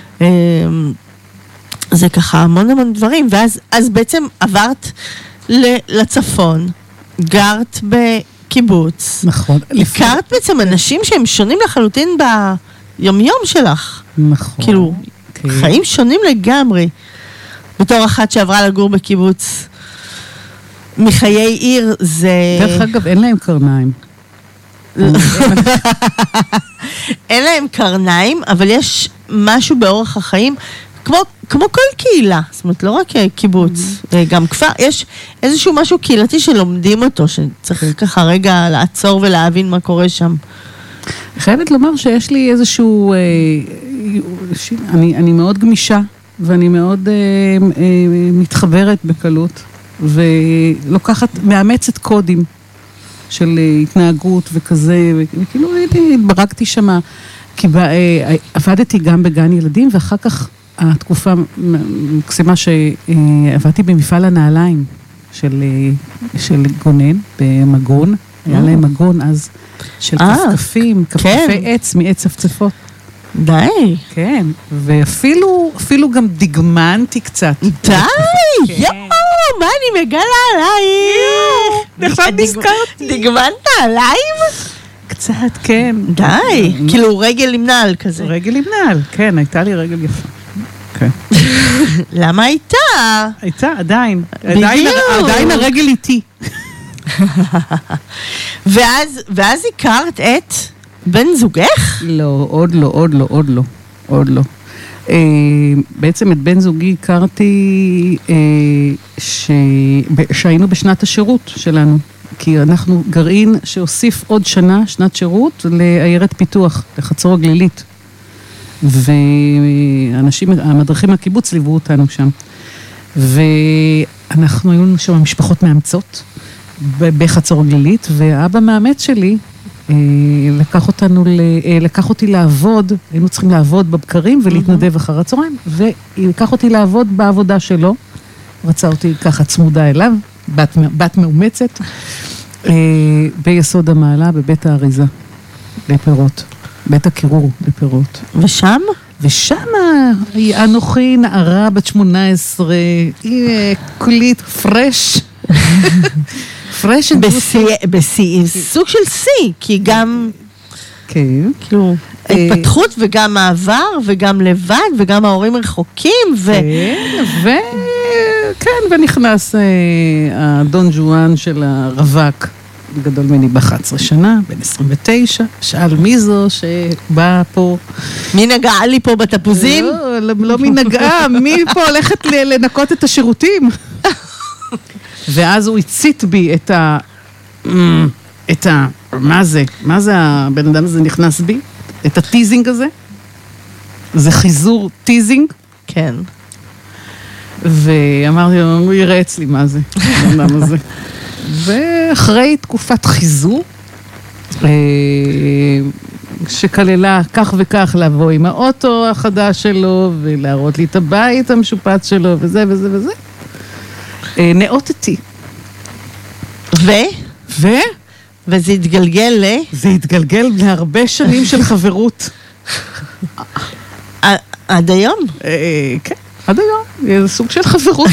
זה ככה המון המון דברים, ואז אז בעצם עברת לצפון, גרת בקיבוץ. נכון. הכרת בעצם אנשים שהם שונים לחלוטין ביומיום שלך. נכון. כאילו, חיים שונים לגמרי. בתור אחת שעברה לגור בקיבוץ, מחיי עיר זה... דרך אגב, אין להם קרניים. אין להם קרניים, אבל יש משהו באורח החיים, כמו, כמו כל קהילה, זאת אומרת, לא רק קיבוץ, גם כפר, יש איזשהו משהו קהילתי שלומדים אותו, שצריך ככה רגע לעצור ולהבין מה קורה שם. חייבת לומר שיש לי איזשהו, אה, אני, אני מאוד גמישה, ואני מאוד אה, אה, מתחברת בקלות, ולוקחת, מאמצת קודים של התנהגות וכזה, וכאילו התברגתי שמה, כי בא, אה, עבדתי גם בגן ילדים, ואחר כך התקופה מקסימה שעבדתי במפעל הנעליים של, של גונן, במגון, היה להם מגון אז של כפכפים, כפכפי עץ מעץ צפצפות. די. כן, ואפילו אפילו גם דגמנתי קצת. די, יואו, מה אני מגלה עלייך? עכשיו נזכרתי. דגמנת עליים? קצת, כן. די, כאילו רגל עם נעל כזה. רגל עם נעל, כן, הייתה לי רגל יפה. כן. למה הייתה? הייתה, עדיין. עדיין הרגל איתי. ואז הכרת את בן זוגך? לא, עוד לא, עוד לא, עוד לא, עוד לא. בעצם את בן זוגי הכרתי שהיינו בשנת השירות שלנו, כי אנחנו גרעין שהוסיף עוד שנה, שנת שירות, לעיירת פיתוח, לחצור הגלילית. ואנשים, המדריכים מהקיבוץ ליוו אותנו שם. ואנחנו היינו שם משפחות מאמצות בחצור הגלילית, ואבא מאמץ שלי לקח אותנו, לקח אותי לעבוד, היינו צריכים לעבוד בבקרים ולהתנדב אחר הצהריים, ולקח אותי לעבוד בעבודה שלו, רצה אותי ככה צמודה אליו, בת, בת מאומצת, ביסוד המעלה, בבית האריזה, לפירות, בית הקירור לפירות. ושם? ושם אנוכי נערה בת שמונה עשרה, היא כולית פרש, פרש בסי, סוג של סי, כי גם, כן, כאילו, התפתחות וגם מעבר וגם לבד וגם ההורים רחוקים ו... וכן, ונכנס הדון ג'ואן של הרווק, גדול מני ב-אחת עשרה שנה, בן עשרים ותשע, שאל מי זו שבאה פה. מי נגעה לי פה בתפוזים? לא, לא מי נגעה, מי פה הולכת לנקות את השירותים? ואז הוא הציט בי את ה... את ה... מה זה? מה זה הבן אדם הזה נכנס בי? את הטיזינג הזה? זה חיזור טיזינג? כן. ואמרתי, הוא יראה אצלי מה זה, הבן אדם הזה. ואחרי תקופת חיזור, שכללה כך וכך לבוא עם האוטו החדש שלו, ולהראות לי את הבית המשופץ שלו, וזה וזה וזה, נאותתי. ו? ו? וזה התגלגל ל? זה התגלגל להרבה שנים של חברות. עד היום? כן, עד היום. זה סוג של חברות.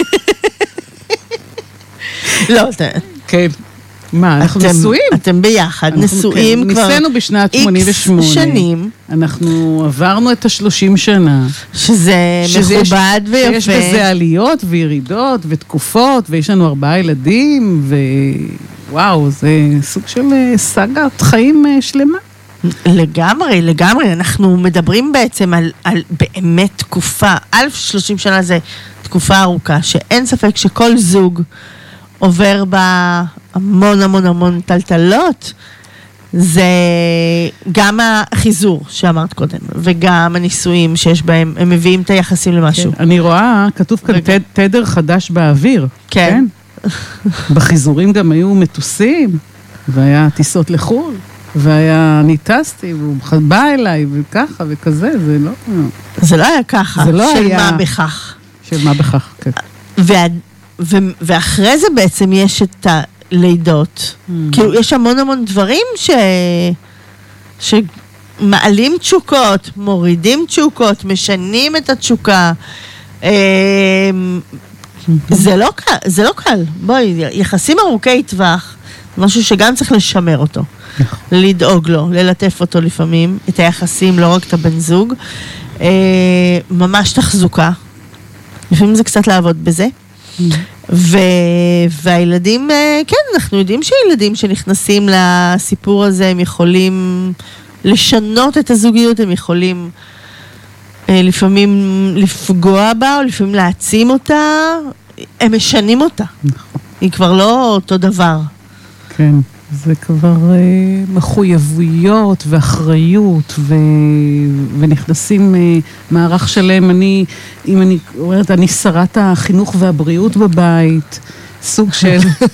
לא, כן. מה, אנחנו נשואים? אתם ביחד, נשואים כבר... ניסינו בשנת שמונים ושמונה. איקס שנים. אנחנו עברנו את השלושים שנה. שזה מכובד ויפה. שיש בזה עליות וירידות ותקופות, ויש לנו ארבעה ילדים, ווואו, זה סוג של סגת חיים שלמה. לגמרי, לגמרי. אנחנו מדברים בעצם על, על באמת תקופה, אלף שלושים שנה זה תקופה ארוכה, שאין ספק שכל זוג עובר בה המון המון המון טלטלות, זה גם החיזור שאמרת קודם, וגם הניסויים שיש בהם, הם מביאים את היחסים למשהו. כן, אני רואה, כתוב כאן רגע. תדר חדש באוויר. כן. כן? בחיזורים גם היו מטוסים, והיה טיסות לחול, והיה, אני טסתי, והוא בא אליי, וככה וכזה, זה לא... זה לא היה ככה. זה לא של היה... מה בכך. של מה בכך, כן. וה... ו... ואחרי זה בעצם יש את הלידות. Mm. כאילו, יש המון המון דברים ש... שמעלים תשוקות, מורידים תשוקות, משנים את התשוקה. זה לא קל, זה לא קל. בואי, יחסים ארוכי טווח, משהו שגם צריך לשמר אותו. לדאוג לו, ללטף אותו לפעמים, את היחסים, לא רק את הבן זוג. ממש תחזוקה. לפעמים זה קצת לעבוד בזה. ו... והילדים, כן, אנחנו יודעים שילדים שנכנסים לסיפור הזה, הם יכולים לשנות את הזוגיות, הם יכולים לפעמים לפגוע בה, או לפעמים להעצים אותה, הם משנים אותה. נכון. היא כבר לא אותו דבר. כן, זה כבר אה, מחויבויות ואחריות, ו... ונכנסים אה, מערך שלם. אני, אם אני אומרת, אני שרת החינוך והבריאות בבית, סוג של...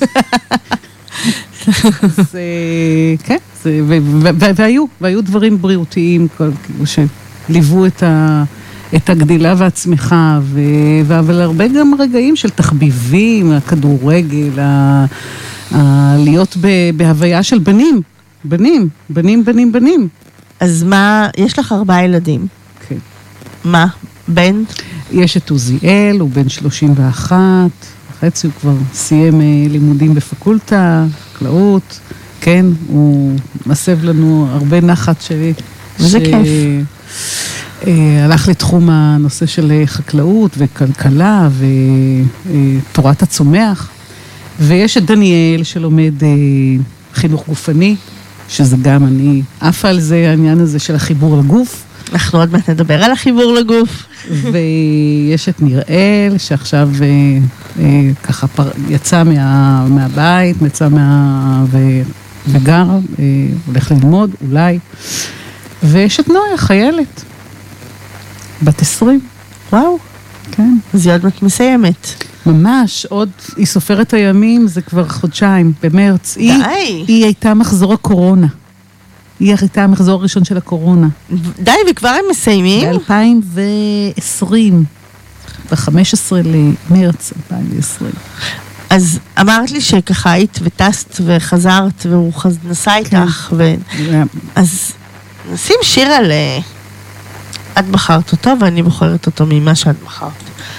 זה, כן, זה, ו, ו, ו, והיו, והיו דברים בריאותיים, כל, שליוו את, ה, את הגדילה והצמיחה, ו, ו, אבל הרבה גם רגעים של תחביבים, הכדורגל, ה, ה, להיות ב, בהוויה של בנים, בנים, בנים, בנים, בנים. אז מה, יש לך ארבעה ילדים. כן. מה? בן? יש את עוזיאל, הוא בן שלושים ואחת, חצי הוא כבר סיים לימודים בפקולטה, חקלאות, כן, הוא מסב לנו הרבה נחת שלי. וזה כיף. הלך לתחום הנושא של חקלאות וכלכלה ותורת הצומח, ויש את דניאל שלומד חינוך גופני, שזה גם אני עפה על זה, העניין הזה של החיבור לגוף. אנחנו עוד מעט נדבר על החיבור לגוף. ויש את נראל, שעכשיו אה, אה, ככה פר, יצא מה, מהבית, יצא מה... ו, וגר, אה, הולך ללמוד, אולי. ויש את נויה, חיילת, בת עשרים. וואו. כן. אז היא עוד מעט מסיימת. ממש, עוד, היא סופרת הימים, זה כבר חודשיים, במרץ. די. היא, היא הייתה מחזור הקורונה. היא הייתה המחזור הראשון של הקורונה. די, וכבר הם מסיימים? ב-אלפיים ועשרים, ב-חמישה עשר למרץ אלפיים ועשרים. אז אמרת לי שככה היית וטסת וחזרת, והוא חז... נסע איתך, ו... אז נשים שיר על... את בחרת אותו, ואני בוחרת אותו ממה שאת בחרת.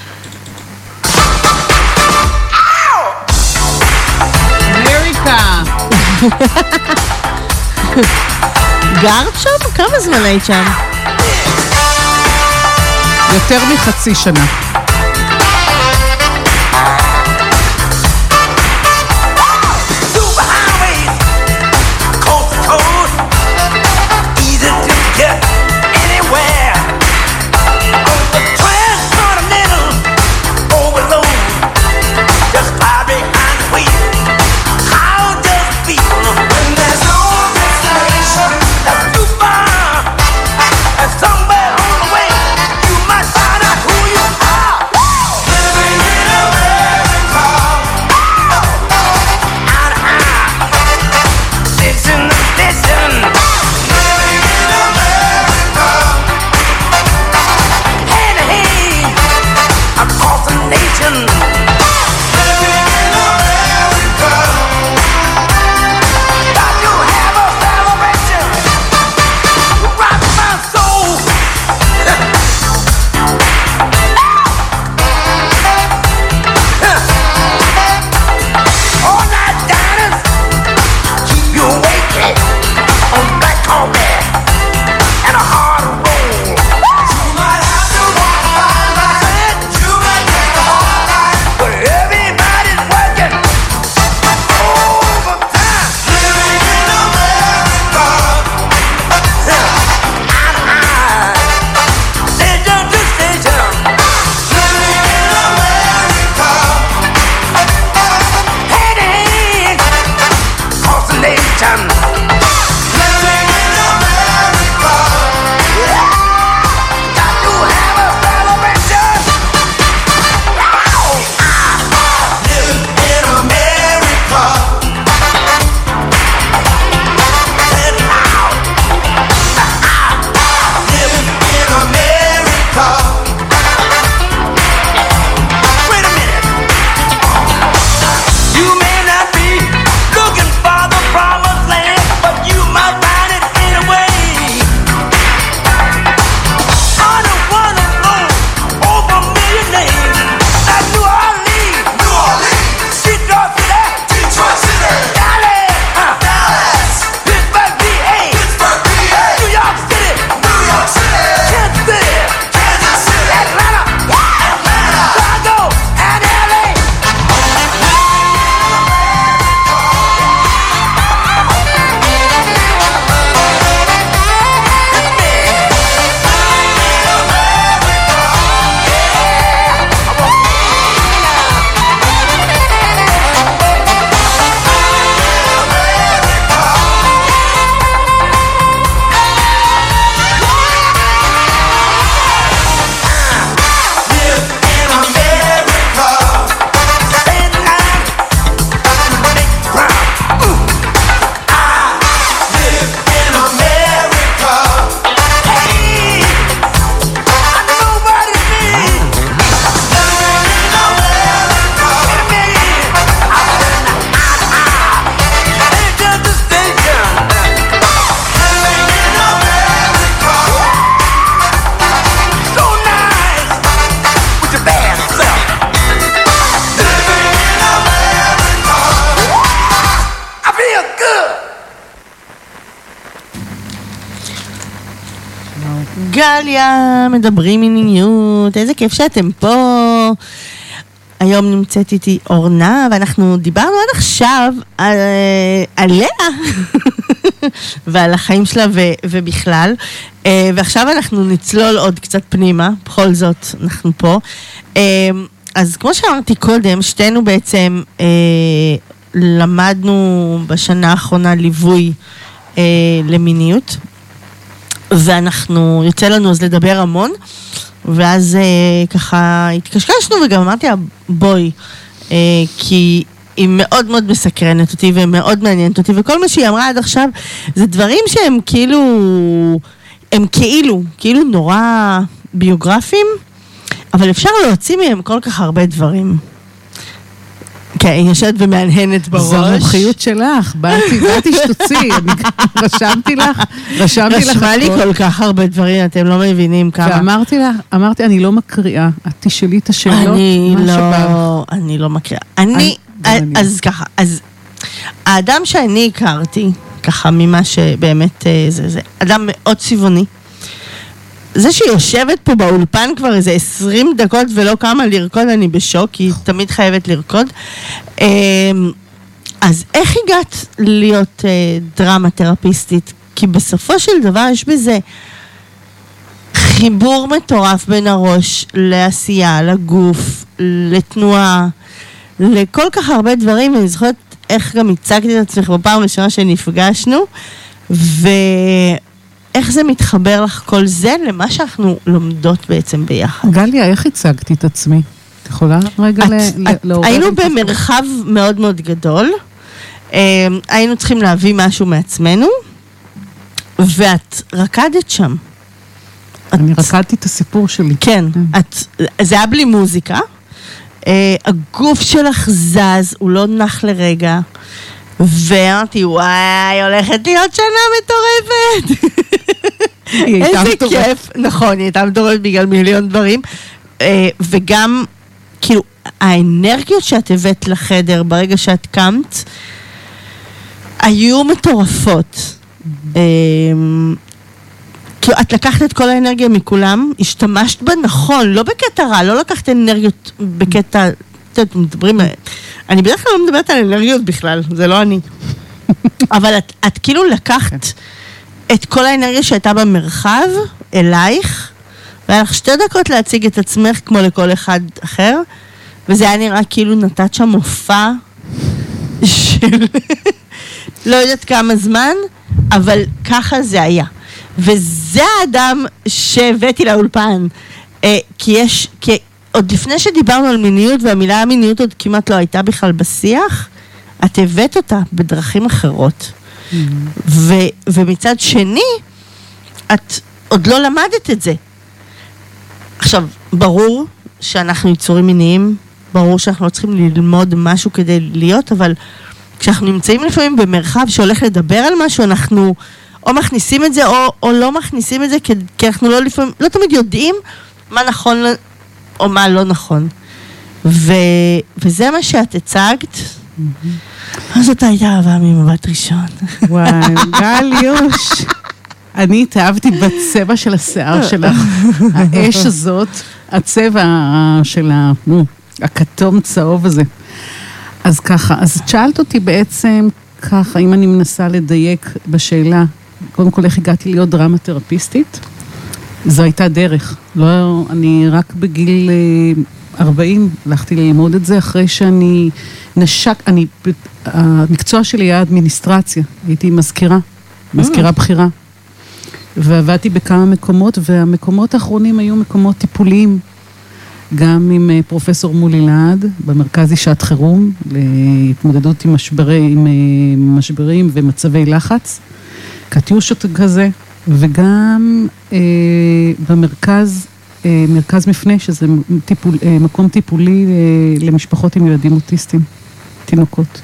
אמריקה! גרת שם? כמה זמן היית שם? יותר מחצי שנה. Somewhere on the way, you might find out who you are. גליה, מדברים מיניות, איזה כיף שאתם פה. היום נמצאת איתי אורנה, ואנחנו דיברנו עד עכשיו על, עליה ועל החיים שלה ו, ובכלל, ועכשיו אנחנו נצלול עוד קצת פנימה, בכל זאת אנחנו פה. אז כמו שאמרתי קודם, שתינו בעצם למדנו בשנה האחרונה ליווי למיניות, ואנחנו, יוצא לנו אז לדבר המון, ואז אה, ככה התקשקשנו וגם אמרתי לה, בואי, אה, כי היא מאוד מאוד מסקרנת אותי ומאוד מעניינת אותי, וכל מה שהיא אמרה עד עכשיו זה דברים שהם כאילו, הם כאילו, כאילו נורא ביוגרפיים, אבל אפשר להוציא מהם כל כך הרבה דברים. כן, היא יושבת ומענהנת בראש. זו המומחיות שלך, באתי, באתי שתוציא, רשמתי לך, רשמתי לך. רשמה לי כל כך הרבה דברים, אתם לא מבינים כמה. ואמרתי לך, אמרתי, אני לא מקריאה, את תשאלי את השאלות, אני לא, אני לא מקריאה. אני, אז ככה, אז האדם שאני הכרתי, ככה ממה שבאמת זה, זה אדם מאוד צבעוני, זה שהיא יושבת פה באולפן כבר איזה עשרים דקות ולא קמה לרקוד, אני בשוק, היא תמיד חייבת לרקוד. אז איך הגעת להיות דרמה תרפיסטית? כי בסופו של דבר יש בזה חיבור מטורף בין הראש לעשייה, לגוף, לתנועה, לכל כך הרבה דברים, ואני זוכרת איך גם הצגתי את עצמך בפעם הראשונה שנפגשנו, ו... איך זה מתחבר לך כל זה למה שאנחנו לומדות בעצם ביחד? גליה, איך הצגתי את עצמי? את יכולה רגע לעורר? היינו במרחב מאוד מאוד גדול, היינו צריכים להביא משהו מעצמנו, ואת רקדת שם. אני רקדתי את הסיפור שלי. כן, זה היה בלי מוזיקה, הגוף שלך זז, הוא לא נח לרגע, ואמרתי, וואי, הולכת להיות שנה מטורפת. איזה כיף. נכון, היא הייתה מטורפת בגלל מיליון דברים. וגם, כאילו, האנרגיות שאת הבאת לחדר ברגע שאת קמת, היו מטורפות. כאילו, את לקחת את כל האנרגיה מכולם, השתמשת בה נכון, לא בקטע רע, לא לקחת אנרגיות בקטע... מדברים, אני בדרך כלל לא מדברת על אנרגיות בכלל, זה לא אני. אבל את, את כאילו לקחת את כל האנרגיה שהייתה במרחב אלייך, והיה לך שתי דקות להציג את עצמך כמו לכל אחד אחר, וזה היה נראה כאילו נתת שם מופע של לא יודעת כמה זמן, אבל ככה זה היה. וזה האדם שהבאתי לאולפן, כי יש... כי עוד לפני שדיברנו על מיניות, והמילה המיניות עוד כמעט לא הייתה בכלל בשיח, את הבאת אותה בדרכים אחרות. Mm-hmm. ו- ומצד שני, את עוד לא למדת את זה. עכשיו, ברור שאנחנו יצורים מיניים, ברור שאנחנו לא צריכים ללמוד משהו כדי להיות, אבל כשאנחנו נמצאים לפעמים במרחב שהולך לדבר על משהו, אנחנו או מכניסים את זה, או, או לא מכניסים את זה, כי, כי אנחנו לא, לפעמים, לא תמיד יודעים מה נכון או מה לא נכון. ו, וזה מה שאת הצגת. אז זאת הייתה אהבה ממבט ראשון. וואי, גליוש. אני התאהבתי בצבע של השיער שלך. האש הזאת, הצבע של הכתום צהוב הזה. אז ככה, אז שאלת אותי בעצם ככה, אם אני מנסה לדייק בשאלה, קודם כל איך הגעתי להיות דרמה תרפיסטית, זו הייתה דרך. לא, אני רק בגיל ארבעים הלכתי ללמוד את זה, אחרי שאני נשק, אני, המקצוע שלי היה אדמיניסטרציה, הייתי מזכירה, מזכירה בחירה. ועבדתי בכמה מקומות, והמקומות האחרונים היו מקומות טיפוליים, גם עם פרופסור מולי לעד, במרכז אישת חירום, להתמודדות עם משברי, עם משברים ומצבי לחץ, קטיושות כזה, וגם אה, במרכז, אה, מרכז מפנה, שזה טיפול, אה, מקום טיפולי אה, למשפחות עם ילדים אוטיסטים, תינוקות.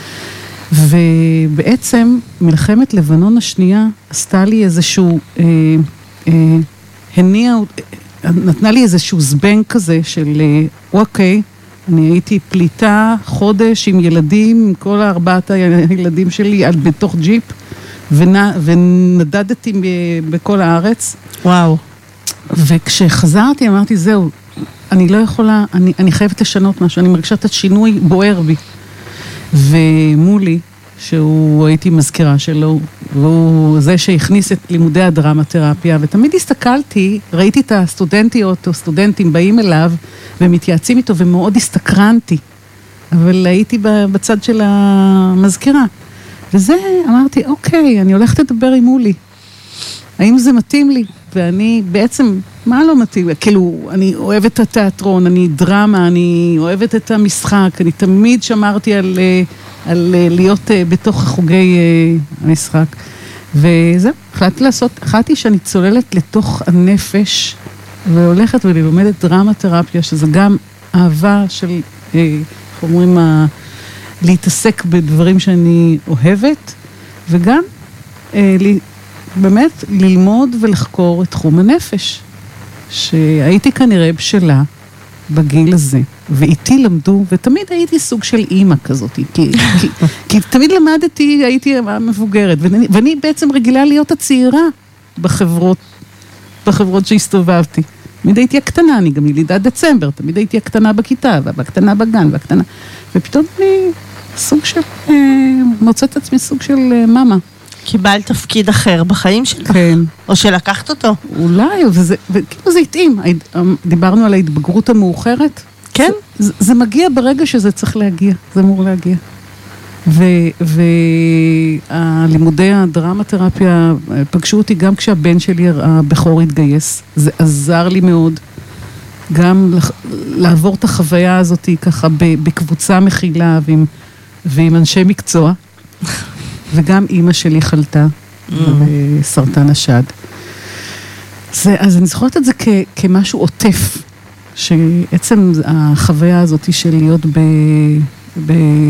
ובעצם מלחמת לבנון השנייה עשתה לי איזשהו, אה, אה, הניע, נתנה לי איזשהו זבנג כזה של, אוקיי, אני הייתי פליטה חודש עם ילדים, עם כל ארבעת הילדים שלי, על בתוך ג'יפ, ונדדתי בכל הארץ. וואו. וכשחזרתי אמרתי, זהו, אני לא יכולה, אני, אני חייבת לשנות משהו, אני מרגישה את השינוי בוער בי. ומולי, שהוא הייתי מזכירה שלו, והוא זה שהכניס את לימודי הדרמה-תרפיה, ותמיד הסתכלתי, ראיתי את הסטודנטיות או סטודנטים באים אליו, ומתייעצים איתו, ומאוד הסתקרנתי. אבל הייתי בצד של המזכירה. וזה, אמרתי, אוקיי, אני הולכת לדבר עם מולי. האם זה מתאים לי? ואני בעצם, מה לא מתאים? כאילו, אני אוהבת את התיאטרון, אני דרמה, אני אוהבת את המשחק, אני תמיד שמרתי על, על להיות בתוך חוגי המשחק. וזהו, החלטתי לעשות, החלטתי שאני צוללת לתוך הנפש, והולכת וללומדת דרמה-תרפיה, שזה גם אהבה של, איך אומרים, להתעסק בדברים שאני אוהבת, וגם לי, באמת ללמוד ולחקור את תחום הנפש, שהייתי כנראה בשלה בגיל הזה, ואיתי למדו, ותמיד הייתי סוג של אימא כזאת, כי, כי, כי תמיד למדתי, הייתי מבוגרת, ואני, ואני בעצם רגילה להיות הצעירה בחברות, בחברות שהסתובבתי. תמיד הייתי הקטנה, אני גם ילידת דצמבר, תמיד הייתי הקטנה בכיתה, והקטנה בגן, והקטנה, ופתאום אני סוג של, אה, מוצאת עצמי סוג של אה, מאמה. קיבלת תפקיד אחר בחיים שלך? כן. או שלקחת אותו? אולי, וזה, וכאילו זה התאים. דיברנו על ההתבגרות המאוחרת. כן. זה, זה מגיע ברגע שזה צריך להגיע, זה אמור להגיע. והלימודי הדרמה-תרפיה פגשו אותי גם כשהבן שלי הבכור התגייס. זה עזר לי מאוד. גם לעבור את החוויה הזאת ככה בקבוצה מכילה ועם, ועם אנשי מקצוע. וגם אימא שלי חלתה בסרטן השד. זה, אז אני זוכרת את זה כ, כמשהו עוטף, שעצם החוויה הזאת של להיות ב... ב,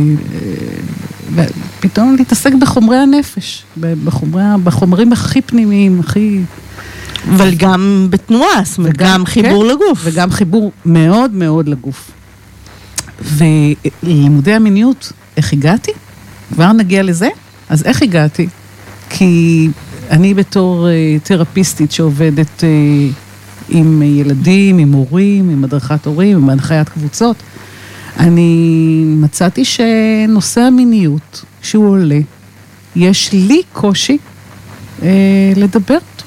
ב פתאום להתעסק בחומרי הנפש, בחומרי, בחומרים הכי פנימיים, הכי... אבל גם בתנועה, זאת אומרת, גם חיבור כן, לגוף. וגם חיבור מאוד מאוד לגוף. ולימודי המיניות, איך הגעתי? כבר נגיע לזה? אז איך הגעתי? כי אני בתור uh, תרפיסטית שעובדת uh, עם ילדים, עם הורים, עם הדרכת הורים, עם הנחיית קבוצות, אני מצאתי שנושא המיניות, שהוא עולה, יש לי קושי uh, לדבר אותו.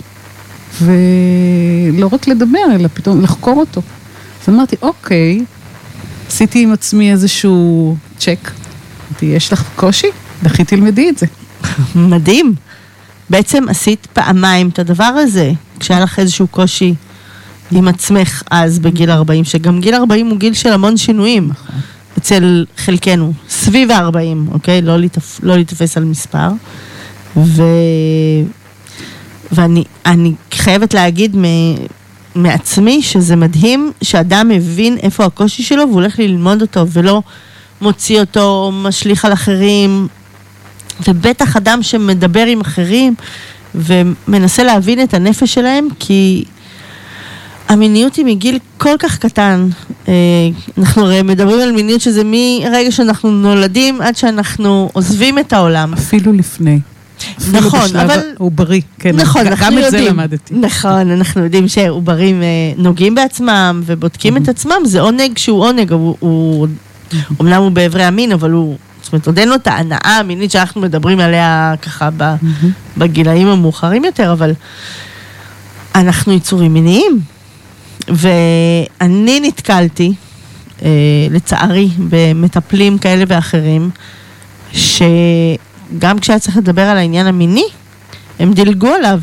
ולא רק לדבר, אלא פתאום לחקור אותו. אז אמרתי, אוקיי, עשיתי עם עצמי איזשהו צ'ק. אמרתי, יש לך קושי? לכי תלמדי את זה. מדהים. בעצם עשית פעמיים את הדבר הזה, כשהיה לך איזשהו קושי עם עצמך אז בגיל ארבעים, שגם גיל ארבעים הוא גיל של המון שינויים, אצל חלקנו, סביב ה-ארבעים, אוקיי? לא להתפ... לא להתפס על מספר. ו... ואני אני חייבת להגיד מ... מעצמי שזה מדהים שאדם מבין איפה הקושי שלו והוא הולך ללמוד אותו ולא מוציא אותו, משליך על אחרים, ובטח אדם שמדבר עם אחרים ומנסה להבין את הנפש שלהם, כי המיניות היא מגיל כל כך קטן. אנחנו הרי מדברים על מיניות שזה מרגע שאנחנו נולדים עד שאנחנו עוזבים את העולם. אפילו לפני. נכון, אבל... הוא בריא, כן. נכון, אנחנו יודעים. גם את זה למדתי. נכון, אנחנו יודעים שעוברים נוגעים בעצמם ובודקים את עצמם, זה עונג שהוא עונג, הוא... אמנם הוא בעברי המין, אבל הוא... זאת אומרת, עוד אין לו את ההנאה המינית שאנחנו מדברים עליה ככה בגילאים המאוחרים יותר, אבל אנחנו יצורים מיניים. ואני נתקלתי, לצערי, במטפלים כאלה ואחרים, שגם כשהיה צריך לדבר על העניין המיני, הם דילגו עליו.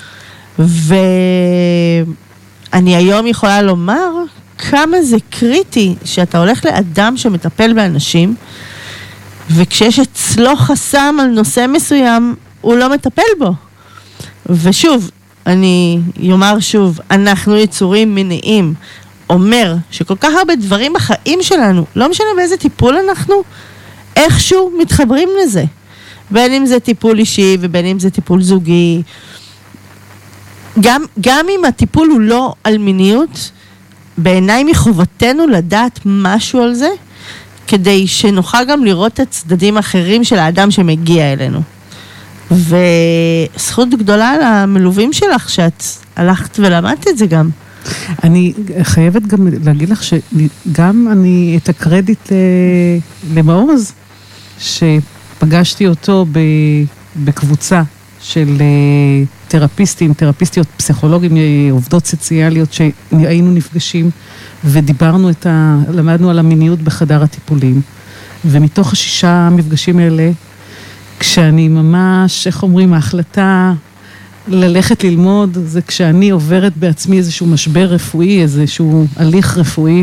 ואני היום יכולה לומר כמה זה קריטי שאתה הולך לאדם שמטפל באנשים, וכשיש אצלו חסם על נושא מסוים, הוא לא מטפל בו. ושוב, אני יאמר שוב, אנחנו יצורים מיניים, אומר שכל כך הרבה דברים בחיים שלנו, לא משנה באיזה טיפול אנחנו, איכשהו מתחברים לזה. בין אם זה טיפול אישי ובין אם זה טיפול זוגי. גם, גם אם הטיפול הוא לא על מיניות, בעיניי מחובתנו לדעת משהו על זה, כדי שנוכל גם לראות את הצדדים האחרים של האדם שמגיע אלינו. וזכות גדולה למלווים שלך, שאת הלכת ולמדת את זה גם. אני חייבת גם להגיד לך שגם אני את הקרדיט למעוז, שפגשתי אותו בקבוצה של תרפיסטים, תרפיסטיות, פסיכולוגים, עובדות סוציאליות שהיינו נפגשים ודיברנו את ה... למדנו על המיניות בחדר הטיפולים. ומתוך השישה המפגשים האלה, כשאני ממש, איך אומרים, ההחלטה ללכת ללמוד, זה כשאני עוברת בעצמי איזשהו משבר רפואי, איזשהו הליך רפואי.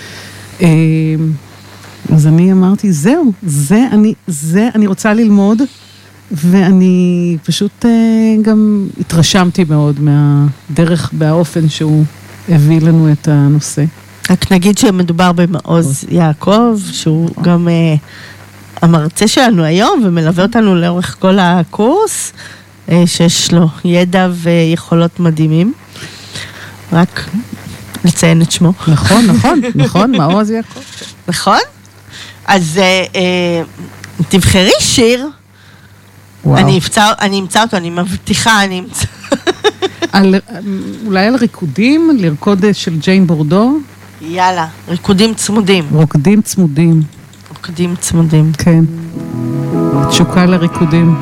אז אני אמרתי, זהו, זה אני, זה אני רוצה ללמוד, ואני פשוט גם התרשמתי מאוד מהדרך, באופן שהוא הביא לנו את הנושא. רק נגיד שמדובר במעוז יעקב, שהוא גם המרצה שלנו היום, ומלווה אותנו לאורך כל הקורס, שיש לו ידע ויכולות מדהימים. רק לציין את שמו. נכון, נכון, נכון, מעוז יעקב. נכון? אז תבחרי שיר, אני אמצא אותו, אני מבטיחה, אני אמצא. אולי על ריקודים, לרקוד של ג'יין בורדו? יאללה, ריקודים צמודים. רוקדים צמודים. רוקדים צמודים. כן. תשוקה לריקודים.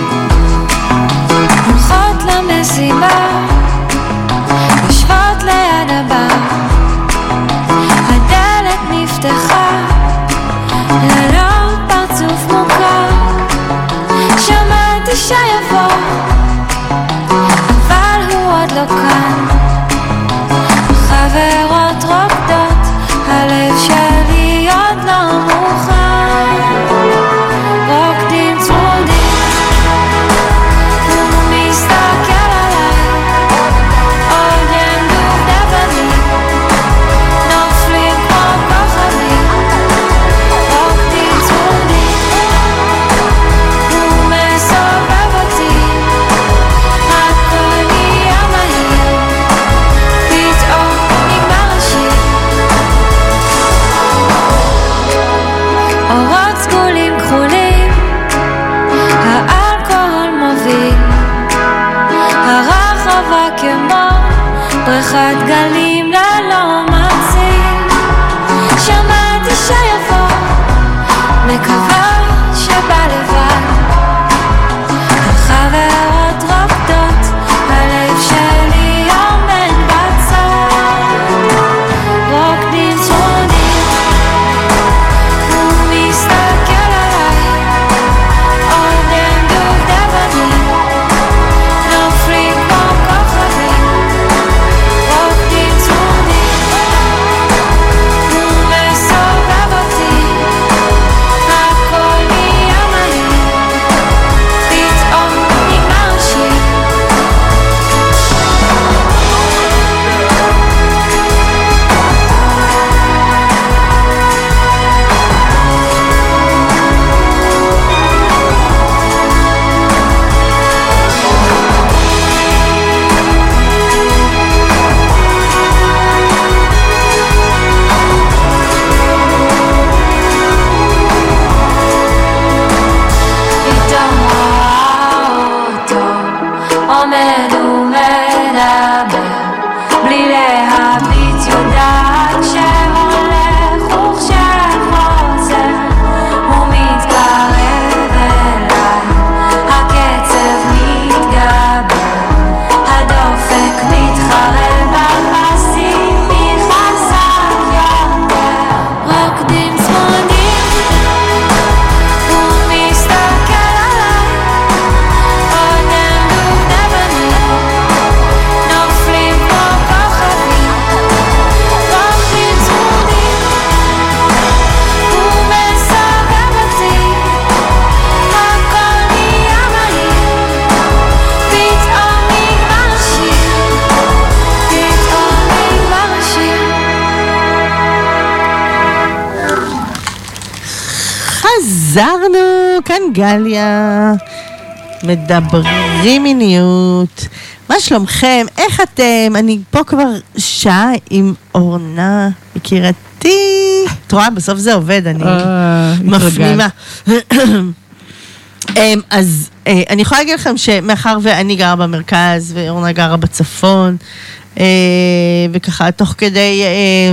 הולכות למסיבה, יושבות ליד הבר, הדלת נפתחה, ללא פרצוף מוכר, שמעתי שיבוא, אבל הוא עוד לא כאן, חברות רוקדות, הלב שלי עוד לא מוכן, רוקדים צמודים, הוא מסתכל עליי, עודם דובדבנים, נופלים כמו כוכבים, רוקדים צמודים, הוא מסובב אותי, הכל נהיה מהיר, פתאום נגמר השיר, אורות סגולים כחולים, האלכוהול מוביל, הרחבה כמו בריכת גלים ללא מציל, שמעתי שיבוא, מקווה שבא לבד, החברות רוקדות, הלב שלי עומד בצד, רוקדים צמודים, הוא מסתכל עליי, עודם דובדבנים, נופלים כמו כוכבים, רוקדים צמודים, הוא מסובב אותי, הכל נהיה מהיר, פתאום נגמר השיר. פתאום רואה אותו עומד ומדבר בלי להביט, יודעת שהולך וכשחוזר הוא מתקרב אליי, הקצב מתגבר, הדופק מתחרב, בפסים מחזק יותר, רוקדים צמודים, הוא מסתכל עליי, עודם דובדבנים, נופלים כמו כוכבים, רוקדים צמודים, הוא מסובב אותי, הכל נהיה מהיר, פתאום נגמר השיר, פתאום נגמר השיר. חזרנו, כאן גליה, מדברים מיניות. מה שלומכם? איך אתם? אני פה כבר שעה עם אורנה, יקירתי. את רואה, בסוף זה עובד, אני מפנימה. אז אני יכולה להגיד לכם שמאחר ואני גרה במרכז ואורנה גרה בצפון, וככה תוך כדי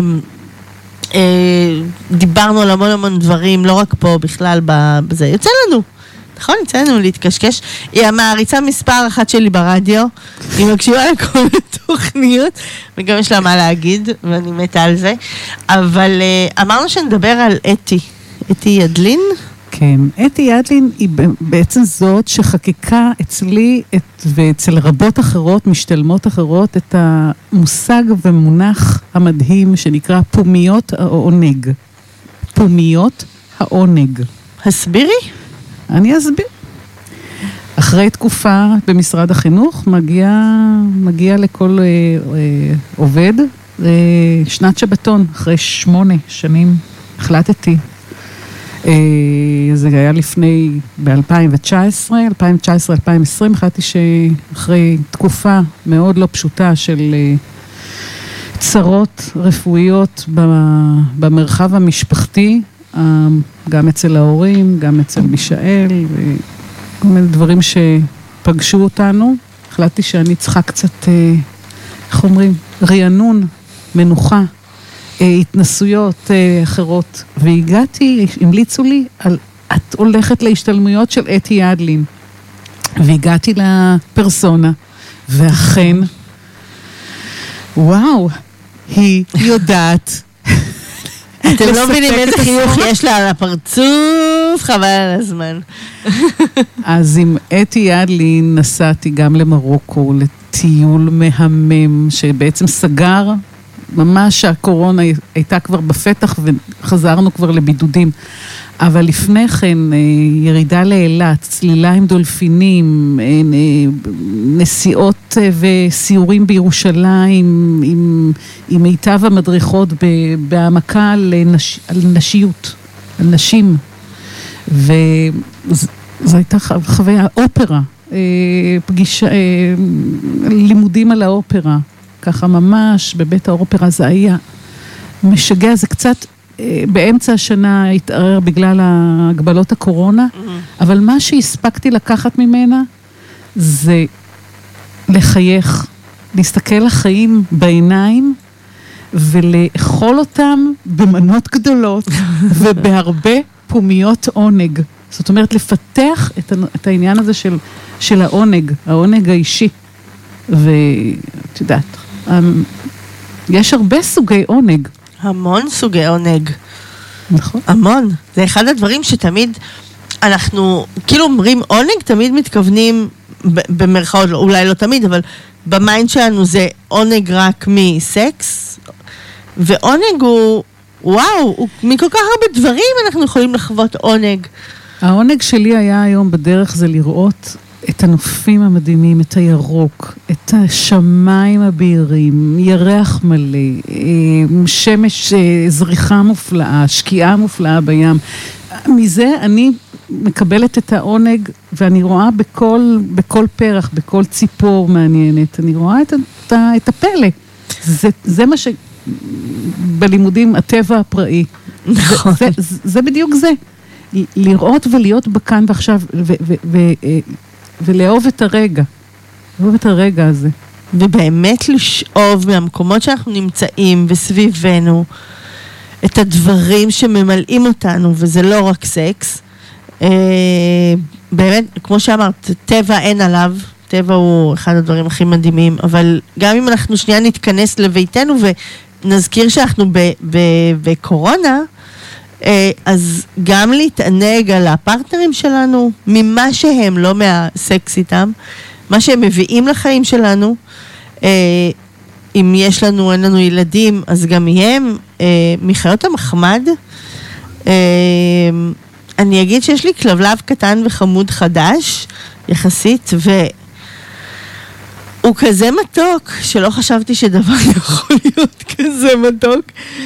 דיברנו על המון המון דברים, לא רק פה בכלל בזה, יוצא לנו, נכון? יוצא לנו להתקשקש. היא המעריצה מספר אחת שלי ברדיו, היא מקשיבה לכל התוכניות, וגם יש לה מה להגיד, ואני מתה על זה. אבל אמרנו שנדבר על אתי, אתי ידלין. כן, אתי ידלין היא בעצם זאת שחקיקה אצלי את, ואצל רבות אחרות, משתלמות אחרות, את המושג ומונח המדהים שנקרא פומיות העונג. פומיות העונג. הסבירי? אני אסביר. אחרי תקופה במשרד החינוך מגיע, מגיע לכל אה, אה, עובד אה, שנת שבתון, אחרי שמונה שנים החלטתי. זה היה לפני, ב-אלפיים תשע עשרה, אלפיים תשע עשרה אלפיים עשרים, החלטתי שאחרי תקופה מאוד לא פשוטה של צרות רפואיות במרחב המשפחתי, גם אצל ההורים, גם אצל מישאל, וכל מיני דברים שפגשו אותנו, החלטתי שאני צריכה קצת, איך אומרים, רענון, מנוחה. התנסויות אחרות, והגעתי, המליצו לי על, את הולכת להשתלמויות של אתי ידלין, והגעתי לפרסונה, ואכן, וואו, היא יודעת. אתם לא מבינים איזה חיוך יש לה על הפרצוף, חבל על הזמן. אז עם אתי ידלין נסעתי גם למרוקו, לטיול מהמם, שבעצם סגר, ממש הקורונה הייתה כבר בפתח וחזרנו כבר לבידודים. אבל לפני כן, ירידה לאילת, צלילה עם דולפינים, נסיעות וסיורים בירושלים עם, עם מיטב המדריכות בהעמקה לנש, על נשיות, על נשים. וזו הייתה חוויה, אופרה, פגישה, לימודים על האופרה. ככה ממש בבית האופרה זה היה משגע, זה קצת באמצע השנה התערער בגלל הגבלות הקורונה, אבל מה שהספקתי לקחת ממנה זה לחייך, להסתכל לחיים בעיניים ולאכול אותם במנות גדולות ובהרבה פומיות עונג. זאת אומרת, לפתח את העניין הזה של, של העונג, העונג האישי. ואת יודעת, יש הרבה סוגי עונג. המון סוגי עונג. נכון. המון. זה אחד הדברים שתמיד אנחנו, כאילו אומרים עונג, תמיד מתכוונים, במרכאות, אולי לא תמיד, אבל במיינד שלנו זה עונג רק מסקס, ועונג הוא, וואו, הוא, מכל כך הרבה דברים אנחנו יכולים לחוות עונג. העונג שלי היה היום בדרך זה לראות את הנופים המדהימים, את הירוק, את השמיים הבהירים, ירח מלא, שמש זריחה מופלאה, שקיעה מופלאה בים. מזה אני מקבלת את העונג, ואני רואה בכל, בכל פרח, בכל ציפור מעניינת, אני רואה את, את, את הפלא. זה, זה מה שבלימודים הטבע הפראי. נכון. זה, זה, זה בדיוק זה. לראות ולהיות בכאן ועכשיו, ו... ו, ו ולאהוב את הרגע, לאהוב את הרגע הזה. ובאמת לשאוב מהמקומות שאנחנו נמצאים וסביבנו, את הדברים שממלאים אותנו, וזה לא רק סקס. אה, באמת, כמו שאמרת, טבע אין עליו, טבע הוא אחד הדברים הכי מדהימים, אבל גם אם אנחנו שנייה נתכנס לביתנו ונזכיר שאנחנו ב- ב- בקורונה, אז גם להתענג על הפרטנרים שלנו, ממה שהם, לא מהסקס איתם, מה שהם מביאים לחיים שלנו, אם יש לנו, אין לנו ילדים, אז גם מהם, מחיות המחמד, אני אגיד שיש לי כלבלב קטן וחמוד חדש, יחסית, והוא כזה מתוק, שלא חשבתי שדבר יכול להיות כזה מתוק.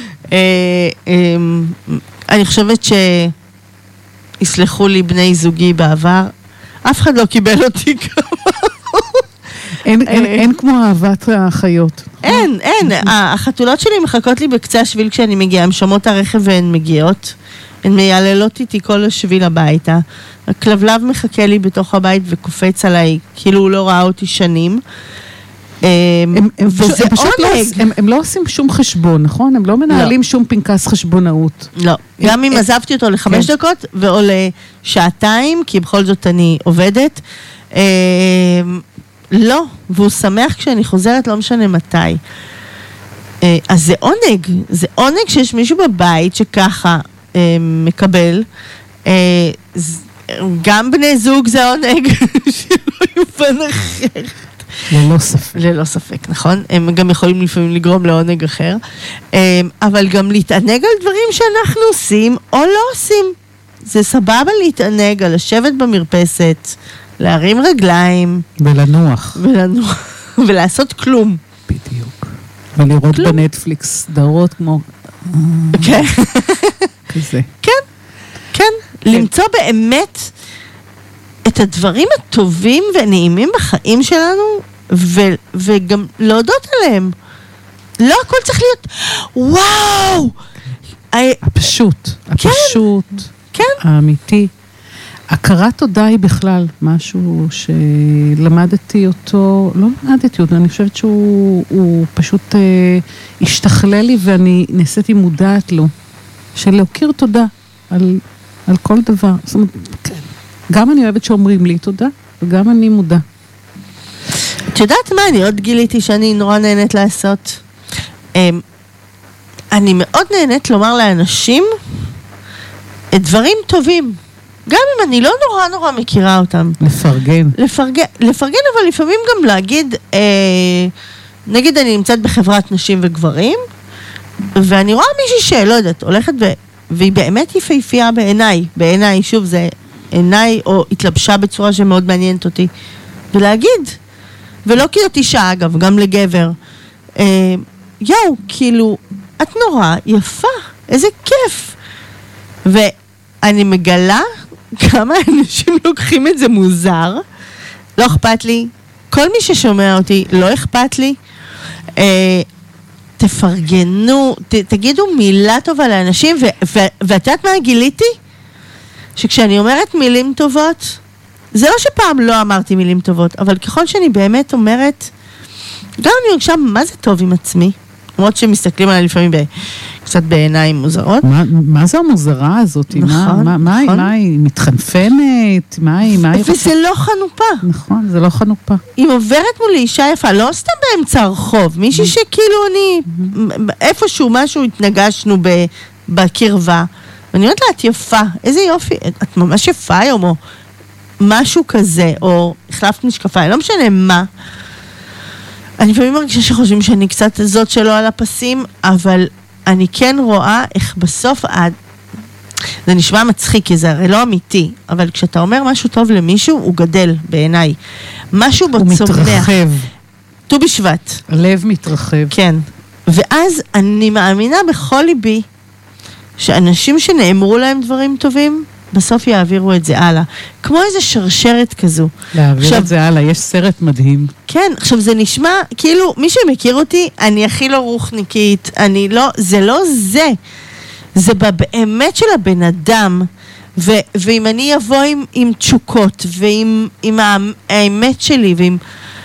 אני חושבת שיסלחו לי בני זוגי בעבר, אף אחד לא קיבל אותי כמה. אין, אין, אין כמו אהבת החיות. אין, אין. החתולות שלי מחכות לי בקצה השביל כשאני מגיעה, הן שומעות הרכב והן מגיעות, הן מייללות איתי כל השביל הביתה, הכלבלב מחכה לי בתוך הבית וקופץ עליי, כאילו הוא לא ראה אותי שנים. הם, הם, וזה הם פשוט לא, עונג. הם, הם לא עושים שום חשבון, נכון? הם לא מנהלים לא. שום פנקס חשבונאות. לא. גם אם עזבתי אותו לחמש כן. דקות, או לשעתיים, כי בכל זאת אני עובדת, אה, לא, והוא שמח כשאני חוזרת, לא משנה מתי. אה, אז זה עונג, זה עונג שיש מישהו בבית שככה אה, מקבל, אה, ז, גם בני זוג זה עונג, שלא יובן אחרת. ללא ספק. ללא ספק, נכון? הם גם יכולים לפעמים לגרום לעונג אחר, אבל גם להתענג על דברים שאנחנו עושים או לא עושים. זה סבבה להתענג על לשבת במרפסת, להרים רגליים. ולנוח. ולנוח. ולעשות כלום. בדיוק. ולראות כלום. בנטפליקס סדרות כמו... כן. כזה. כן, כן. למצוא באמת את הדברים הטובים והנעימים בחיים שלנו, ו- וגם להודות עליהם. לא הכל צריך להיות, וואו! הפשוט, הפשוט, כן. האמיתי. הכרת תודה היא בכלל משהו שלמדתי אותו, לא למדתי אותו, אני חושבת שהוא הוא פשוט אה, השתכלל לי ואני נעשיתי מודעת לו, של להכיר תודה על, על כל דבר. זאת אומרת, כן. גם אני אוהבת שאומרים לי תודה, וגם אני מודה. את יודעת מה? אני עוד גיליתי שאני נורא נהנית לעשות. אני מאוד נהנית לומר לאנשים את דברים טובים. גם אם אני לא נורא נורא מכירה אותם. לפרגן. לפרגן, לפרגן אבל לפעמים גם להגיד, אה, נגיד אני נמצאת בחברת נשים וגברים, ואני רואה מישהי שלא יודעת, הולכת ו... והיא באמת יפהפייה בעיניי. בעיניי, שוב, זה עיניי או התלבשה בצורה שמאוד מעניינת אותי. ולהגיד, ולא כי זאת אישה אגב, גם לגבר. אה, יואו, כאילו, את נורא יפה, איזה כיף. ואני מגלה כמה אנשים לוקחים את זה מוזר. לא אכפת לי. כל מי ששומע אותי, לא אכפת לי. אה, תפרגנו, ת, תגידו מילה טובה לאנשים, ו- ו- ואת יודעת מה גיליתי? שכשאני אומרת מילים טובות, זה לא שפעם לא אמרתי מילים טובות, אבל ככל שאני באמת אומרת, גם אני מרגישה מה זה טוב עם עצמי, למרות שמסתכלים עליי לפעמים ב- קצת בעיניים מוזרות. מה, מה זה המוזרה הזאת? נכון, מה, מה, מה, נכון. מה היא מתחנפנת? מה היא, מה היא... וזה לא חנופה. נכון, זה לא חנופה. אם עוברת מולי אישה יפה, לא סתם באמצע הרחוב, מישהי שכאילו אני, איפשהו משהו התנגשנו ב- בקרבה, ואני אומרת לה, את יפה, איזה יופי, את ממש יפה היום, או משהו כזה, או החלפת משקפיים, לא משנה מה. אני לפעמים מרגישה שחושבים שאני קצת זאת שלא על הפסים, אבל אני כן רואה איך בסוף עד, זה נשמע מצחיק, כי זה הרי לא אמיתי, אבל כשאתה אומר משהו טוב למישהו, הוא גדל בעיניי. משהו בו צומח. הוא מתרחב. ט"ו בשבט. הלב מתרחב. כן. ואז אני מאמינה בכל ליבי, שאנשים שנאמרו להם דברים טובים, בסוף יעבירו את זה הלאה. כמו איזה שרשרת כזו. להעביר עכשיו, את זה הלאה, יש סרט מדהים. כן, עכשיו זה נשמע, כאילו, מי שמכיר אותי, אני הכי לא רוחניקית, אני לא, זה לא זה. זה באמת של הבן אדם, ו, ואם אני אבוא עם, עם תשוקות, ועם עם האמת שלי, ועם...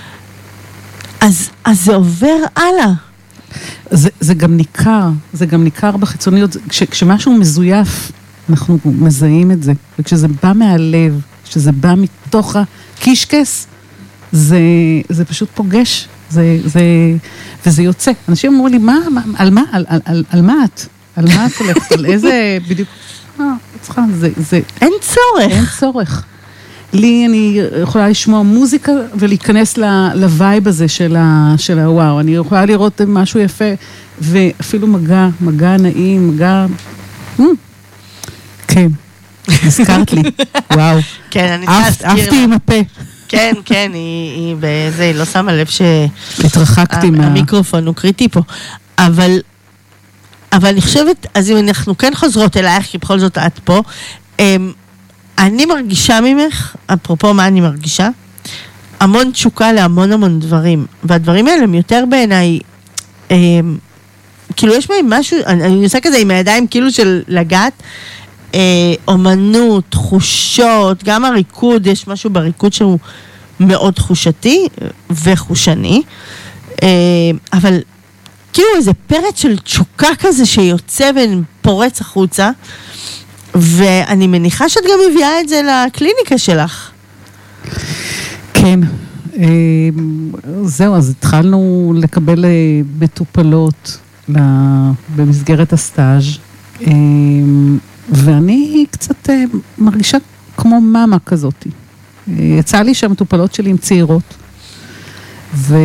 אז, אז זה עובר הלאה. זה, זה גם ניכר, זה גם ניכר בחיצוניות, כש, כשמשהו מזויף, אנחנו מזהים את זה, וכשזה בא מהלב, כשזה בא מתוך הקישקס, זה, זה פשוט פוגש, זה, זה, וזה יוצא. אנשים אמרו לי, מה, מה על מה, על, על, על, על מה את? על מה את הולכת? על איזה, בדיוק, אה, צריכה, זה, זה... אין צורך. אין צורך. לי אני יכולה לשמוע מוזיקה ולהיכנס לווייב הזה של ה, של הוואו. אני יכולה לראות משהו יפה, ואפילו מגע, מגע נעים, מגע... כן, הזכרת לי, וואו. כן, אני צריכה להזכיר. עפתי עם הפה. כן, כן, היא, היא בזה, היא לא שמה לב ש... התרחקתי מה... המיקרופון הוא קריטי פה. אבל, אבל אני חושבת, אז אם אנחנו כן חוזרות אלייך, כי בכל זאת את פה, אני מרגישה ממך, אפרופו מה אני מרגישה, המון תשוקה להמון המון דברים, והדברים האלה הם יותר בעיניי, כאילו יש בהם משהו, אני, אני עושה כזה עם הידיים כאילו של לגעת, אה, אומנות, תחושות, גם הריקוד, יש משהו בריקוד שהוא מאוד תחושתי וחושני, אה, אבל כאילו איזה פרץ של תשוקה כזה שיוצא ופורץ החוצה, ואני מניחה שאת גם מביאה את זה לקליניקה שלך. כן. זהו, אז התחלנו לקבל מטופלות במסגרת הסטאז', ואני קצת מרגישה כמו מאמה כזאת. יצא לי שהמטופלות שלי עם צעירות, ועכשיו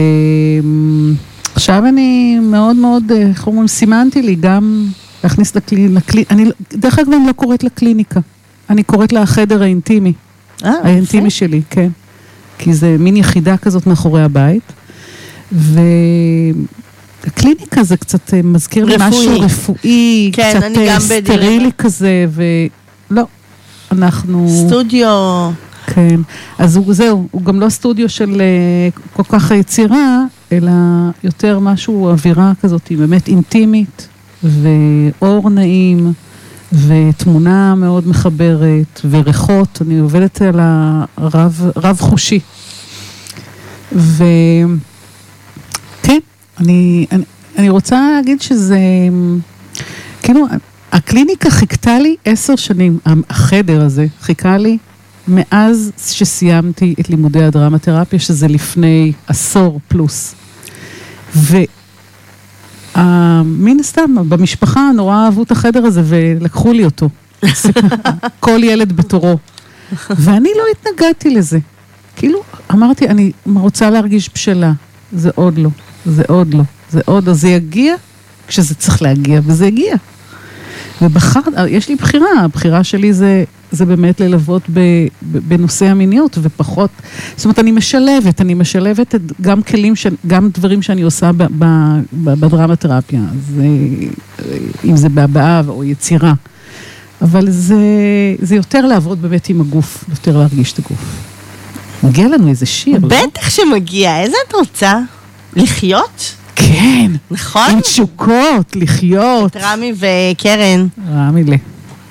אני מאוד מאוד, איך אומרים, סימנתי לי גם להכניס לקליניקה, אני דרך אגב אני לא קוראת לקליניקה, אני קוראת לה החדר האינטימי, האינטימי שלי, כן. כי זה מין יחידה כזאת מאחורי הבית, והקליניקה זה קצת מזכיר לי משהו רפואי, קצת סטרילי כזה, ולא, אנחנו... סטודיו. כן, אז הוא, זהו, הוא גם לא סטודיו של כל כך יצירה, אלא יותר משהו, אווירה כזאת, באמת אינטימית, ואור נעים, ותמונה מאוד מחברת, וריחות, אני עובדת על הרב, רב חושי. וכן, אני, אני, אני רוצה להגיד שזה, כאילו, הקליניקה חיכתה לי עשר שנים, החדר הזה חיכה לי, מאז שסיימתי את לימודי הדרמתרפיה, שזה לפני עשור פלוס. ו... מן הסתם, במשפחה נורא אהבו את החדר הזה ולקחו לי אותו. כל ילד בתורו. ואני לא התנגדתי לזה. כאילו, אמרתי, אני רוצה להרגיש בשלה. זה עוד לא, זה עוד לא, זה עוד לא. זה יגיע כשזה צריך להגיע, וזה יגיע. ובחר, יש לי בחירה, הבחירה שלי זה, זה באמת ללוות ב, בנושא המיניות, ופחות, זאת אומרת, אני משלבת, אני משלבת גם כלים, ש, גם דברים שאני עושה ב, ב, ב, בדרמתרפיה, אז, אם זה בהבעה או יצירה, אבל זה, זה יותר לעבוד באמת עם הגוף, יותר להרגיש את הגוף. מגיע לנו איזה שיר, לא? בטח שמגיע, איזה את רוצה? לחיות? כן. נכון? עם תשוקות, לחיות. את רמי וקרן. רמי לה.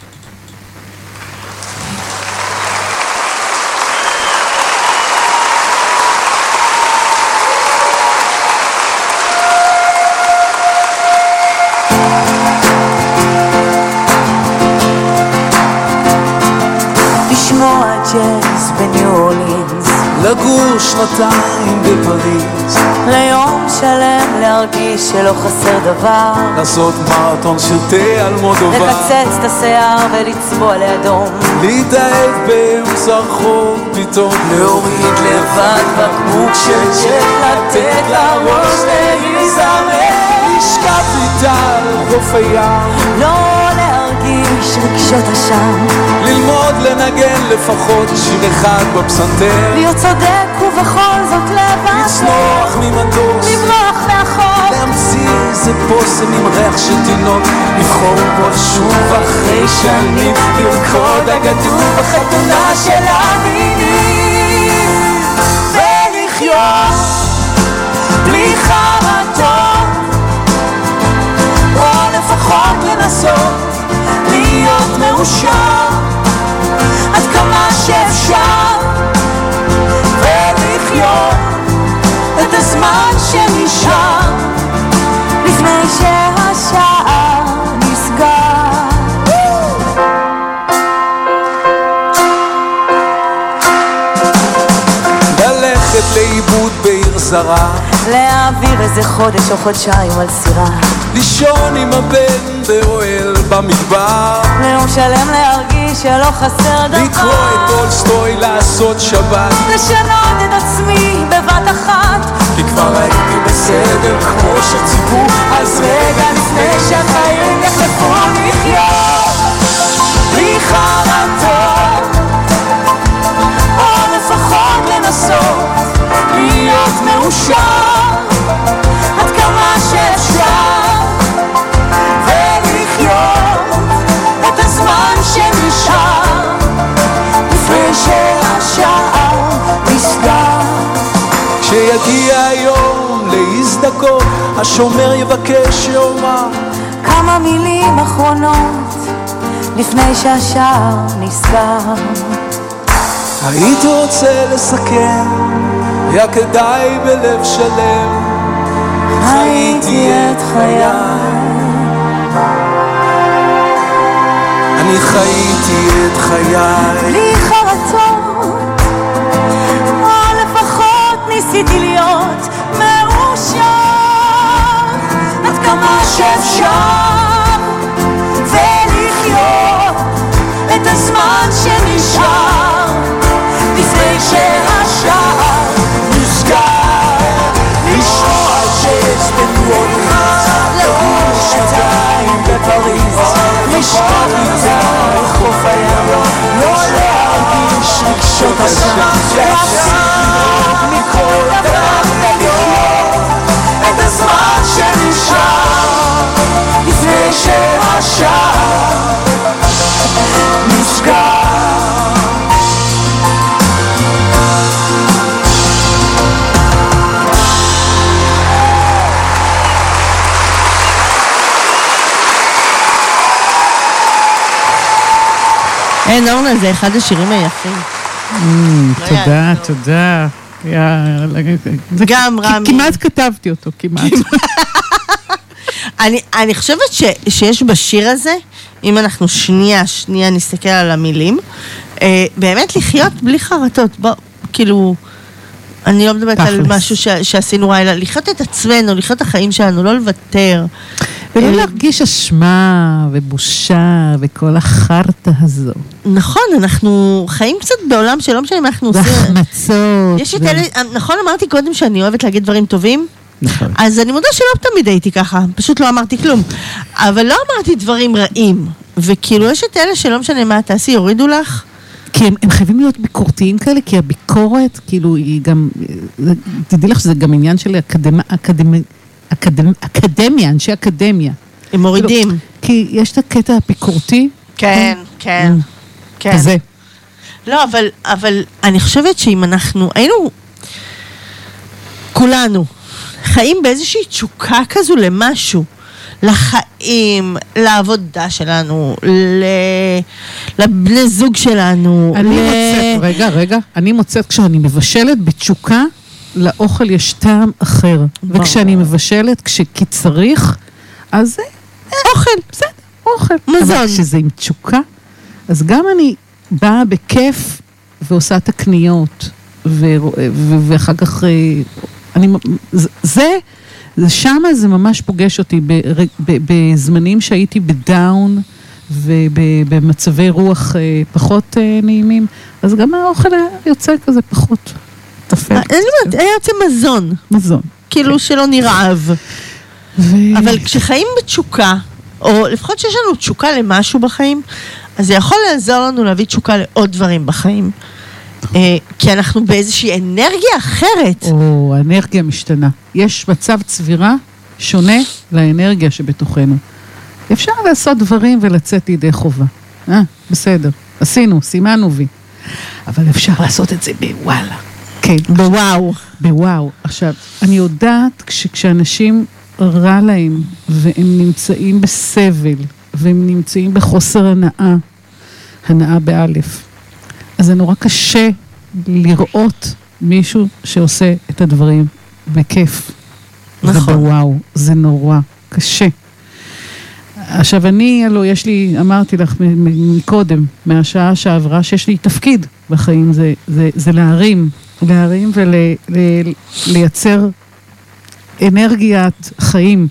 לשמוע ג'אז בניו אורלינס, לגור שנתיים בפריז, ליום שלם להרגיש שלא חסר דבר, לעשות מרתון של תה על מודובר, לקצץ את השיער ולצבוע לאדום, להתאהב באמצע רחוב פתאום, להוריד לבד בקבוק של ג'ק, לתת לראש להיזמר, לשכב איתה על חוף הים, לא להרגיש רגשות אשם, ללמוד לנגן לפחות שיר אחד בפסנתר, להיות צודק ובכל זאת לבד, לצנוח ממטוס, לברוח מאחור, להמציא איזה פוסם עם ריח של תינוק, לבחור בו שוב אחרי שנים, לרקוד הגדול בחתונה של המינים, ולחיות בלי חרטות, או לפחות לנסות להיות מאושר עד כמה שאפשר, ולחיות את הזמן שנשאר לפני שהשעה נסגר. ללכת לאיבוד בעיר זרה, להעביר איזה חודש או חודשיים על סירה, לישון עם הבן באוהל במדבר, ליום שלם להרגיש שלא חסר דבר, לקרוא את טולסטוי, לעשות שבת, לשנות את עצמי בבת אחת, כי כבר הייתי בסדר כמו שציפו, אז רגע לפני שהחיים יחלפו לחיות בלי חרטות, או לפחות לנסות להיות מאושר עד כמה שאפשר, ולחיות את הזמן שנשאר לפני שהשעה נסגר. כשיגיע היום להזדקות, השומר יבקש שיאמר כמה מילים אחרונות, לפני שהשער נסגר. הייתי רוצה לסכם, היה כדאי בלב שלם, הייתי את חיי. אני חייתי את חיי בלי חרטות, או לפחות ניסיתי להיות מאושר עד כמה שאפשר, ולחיות את הזמן שנשאר לפני שהשער נסגר. לשמוע שיש בנועות, לגוש ידיים בפריז, לשתות איתה על חוף הים, לא להרגיש רגשות אשמה, להפסיק מכל דבר ולחיות את הזמן שנשאר לפני שהשער נסגר. אין, אורנה, זה אחד השירים היפים. תודה, תודה. גם רמי. כמעט כתבתי אותו, כמעט. אני חושבת שיש בשיר הזה, אם אנחנו שנייה, שנייה נסתכל על המילים, באמת לחיות בלי חרטות. בוא, כאילו, אני לא מדברת על משהו שעשינו רע, אלא לחיות את עצמנו, לחיות את החיים שלנו, לא לוותר. ולא להרגיש אשמה ובושה וכל החרטה הזו. נכון, אנחנו חיים קצת בעולם שלא משנה מה אנחנו עושים. והחמצות. יש את אלה, נכון, אמרתי קודם שאני אוהבת להגיד דברים טובים? נכון. אז אני מודה שלא תמיד הייתי ככה, פשוט לא אמרתי כלום. אבל לא אמרתי דברים רעים. וכאילו יש את אלה שלא משנה מה תעשי, יורידו לך. כי הם, הם חייבים להיות ביקורתיים כאלה, כי הביקורת, כאילו, היא גם, תדעי לך שזה גם עניין של אקדמ, אקדמ, אקדמ, אקדמיה, אנשי אקדמיה. הם מורידים. כאילו, כי יש את הקטע הביקורתי. כן, כן, כן. כזה. לא, אבל, אבל אני חושבת שאם אנחנו, היינו, כולנו, חיים באיזושהי תשוקה כזו למשהו, לחיים, לעבודה שלנו, לבני זוג שלנו. אני מוצאת, רגע, רגע, אני מוצאת כשאני מבשלת בתשוקה, לאוכל יש טעם אחר. וכשאני מבשלת, כי צריך, אז זה אוכל, בסדר, אוכל. מזון. אבל כשזה עם תשוקה, אז גם אני באה בכיף ועושה את הקניות, ואחר כך, אני, זה, זה שמה זה ממש פוגש אותי בזמנים שהייתי בדאון ובמצבי רוח פחות נעימים, אז גם האוכל יוצא כזה פחות תפל. היה יוצא מזון. מזון. כאילו שלא נרעב. אבל כשחיים בתשוקה, או לפחות שיש לנו תשוקה למשהו בחיים, אז זה יכול לעזור לנו להביא תשוקה לעוד דברים בחיים. כי אנחנו באיזושהי אנרגיה אחרת. או, האנרגיה משתנה. יש מצב צבירה שונה לאנרגיה שבתוכנו. אפשר לעשות דברים ולצאת לידי חובה. אה, בסדר. עשינו, סימנו וי. אבל אפשר לעשות את זה בוואלה. כן. בוואו. בוואו. עכשיו, אני יודעת שכשאנשים רע להם, והם נמצאים בסבל, והם נמצאים בחוסר הנאה, הנאה באלף, אז זה נורא קשה לראות מישהו שעושה את הדברים בכיף. נכון. ובוואו, זה נורא קשה. עכשיו אני, אלו, יש לי, אמרתי לך מקודם, מהשעה שעברה, שיש לי תפקיד בחיים, זה, זה, זה להרים, להרים ולייצר אנרגיית חיים.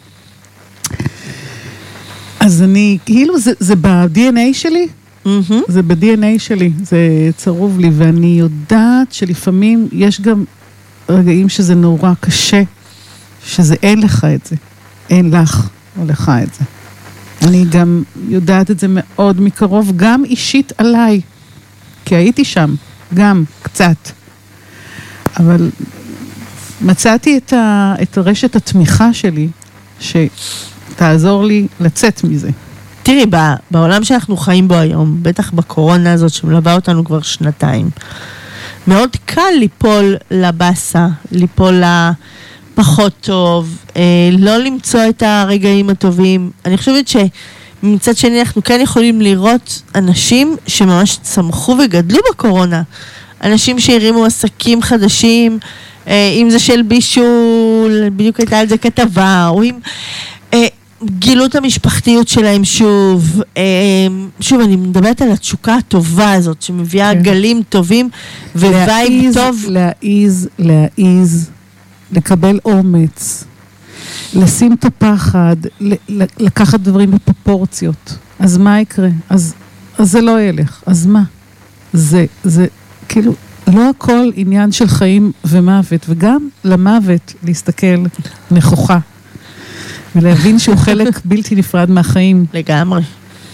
אז אני, כאילו, זה, זה ב-די אן איי שלי, Mm-hmm. זה ב-די אן איי שלי, זה צרוב לי, ואני יודעת שלפעמים יש גם רגעים שזה נורא קשה, שזה אין לך את זה, אין לך או לך את זה. אני גם יודעת את זה מאוד מקרוב, גם אישית עליי, כי הייתי שם, גם קצת. אבל מצאתי את, ה, את רשת התמיכה שלי, שתעזור לי לצאת מזה. תראי, בעולם שאנחנו חיים בו היום, בטח בקורונה הזאת שמלווה אותנו כבר שנתיים, מאוד קל ליפול לבאסה, ליפול לפחות טוב, לא למצוא את הרגעים הטובים. אני חושבת מצד שני אנחנו כן יכולים לראות אנשים שממש צמחו וגדלו בקורונה. אנשים שהרימו עסקים חדשים, אם זה של בישול, בדיוק הייתה על זה כתבה, או אם גילו את המשפחתיות שלהם שוב. שוב, אני מדברת על התשוקה הטובה הזאת, שמביאה כן. גלים טובים ווייב טוב. להעיז, להעיז, לקבל אומץ, לשים את הפחד, לקחת דברים בפרופורציות. אז מה יקרה? אז, אז זה לא ילך. אז מה? זה, זה, כאילו, לא הכל עניין של חיים ומוות, וגם למוות להסתכל נכוחה, ולהבין שהוא חלק בלתי נפרד מהחיים. לגמרי.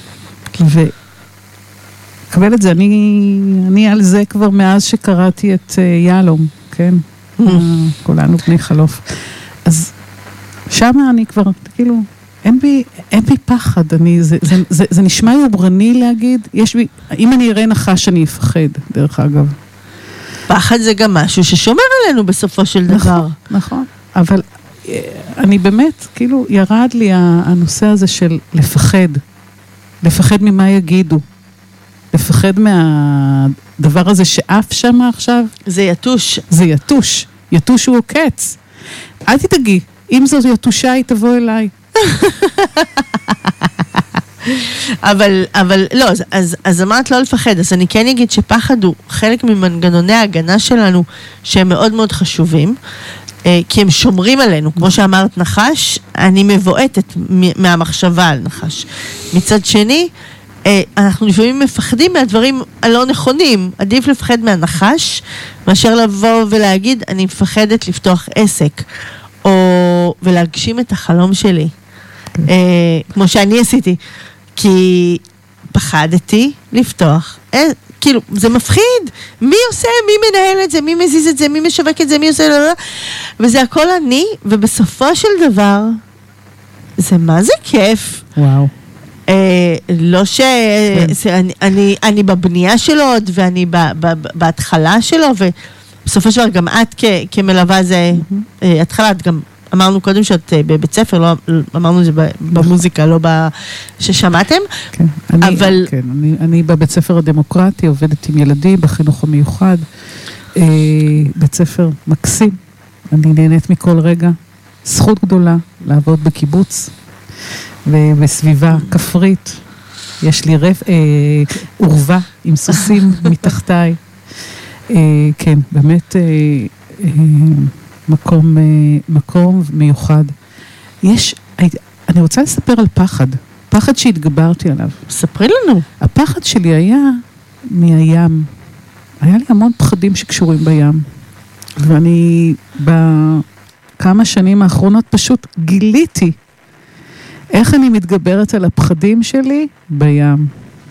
וקבל את זה, אני, אני על זה כבר מאז שקראתי את uh, יהלום, כן? כולנו בני חלוף. אז שמה אני כבר, כאילו, אין בי, אין בי פחד, אני, זה, זה, זה, זה נשמע יוברני להגיד, יש בי, אם אני אראה נחש אני אפחד, דרך אגב. פחד זה גם משהו ששומר עלינו בסופו של דבר. נכון, נכון, אבל אני באמת, כאילו, ירד לי הנושא הזה של לפחד, לפחד ממה יגידו, לפחד מהדבר הזה שאף שם עכשיו. זה יתוש. זה יתוש, יתוש הוא עוקץ. אל תתגי, אם זו יתושה היא תבוא אליי. אבל, אבל, לא, אז, אז אמרת לא לפחד, אז אני כן אגיד שפחד הוא חלק ממנגנוני ההגנה שלנו, שהם מאוד מאוד חשובים, כי הם שומרים עלינו, כמו שאמרת נחש, אני מבועטת מהמחשבה על נחש. מצד שני, אנחנו לפעמים מפחדים מהדברים הלא נכונים, עדיף לפחד מהנחש, מאשר לבוא ולהגיד, אני מפחדת לפתוח עסק, או ולהגשים את החלום שלי, כמו שאני עשיתי, כי פחדתי לפתוח, כאילו, זה מפחיד, מי עושה, מי מנהל את זה, מי מזיז את זה, מי משווק את זה, מי עושה, וזה הכל אני, ובסופו של דבר, זה מה זה כיף. וואו. אה, לא ש... אני, אני, אני בבנייה שלו עוד, ואני ב, ב, בהתחלה שלו, ובסופו של דבר גם את כ, כמלווה זה, אה, התחלה, את גם אמרנו קודם שאת בבית ספר, לא אמרנו את זה במוזיקה, לא ששמעתם. כן, אני, אבל... כן, אני, אני בבית ספר הדמוקרטי, עובדת עם ילדים בחינוך המיוחד, אה, בית ספר מקסים, אני נהנית מכל רגע, זכות גדולה לעבוד בקיבוץ, ובסביבה כפרית, יש לי רב, אה, עורבה עם סוסים מתחתיי, אה, כן, באמת... אה, אה, מקום, מקום מיוחד. יש, אני רוצה לספר על פחד, פחד שהתגברתי עליו. ספרי לנו. הפחד שלי היה מהים. היה לי המון פחדים שקשורים בים. ואני בכמה שנים האחרונות פשוט גיליתי איך אני מתגברת על הפחדים שלי בים.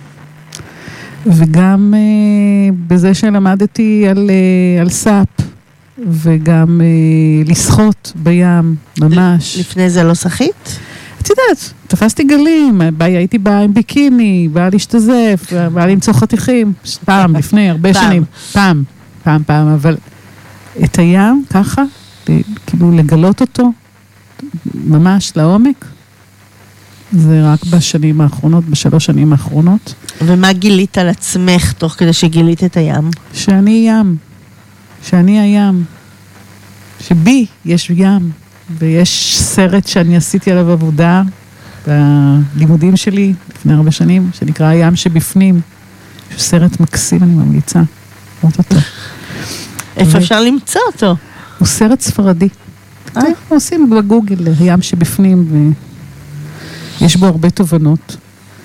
וגם uh, בזה שלמדתי על, uh, על סאפ. וגם אה, לשחות בים, ממש. לפני זה לא שחית? את יודעת, תפסתי גלים, הייתי באה עם ביקיני, באה להשתזף, באה למצוא חתיכים, פעם, לפני, הרבה פעם. שנים. פעם, פעם, פעם, אבל את הים, ככה, כאילו לגלות אותו, ממש לעומק, זה רק בשנים האחרונות, בשלוש שנים האחרונות. ומה גילית על עצמך, תוך כדי שגילית את הים? שאני ים. שאני הים, שבי יש ים, ויש סרט שאני עשיתי עליו עבודה בלימודים שלי לפני הרבה שנים, שנקרא הים שבפנים, שהוא סרט מקסים, אני ממליצה, לראות אותו. איפה אפשר למצוא אותו? הוא סרט ספרדי. אנחנו עושים בגוגל הים שבפנים, ויש בו הרבה תובנות.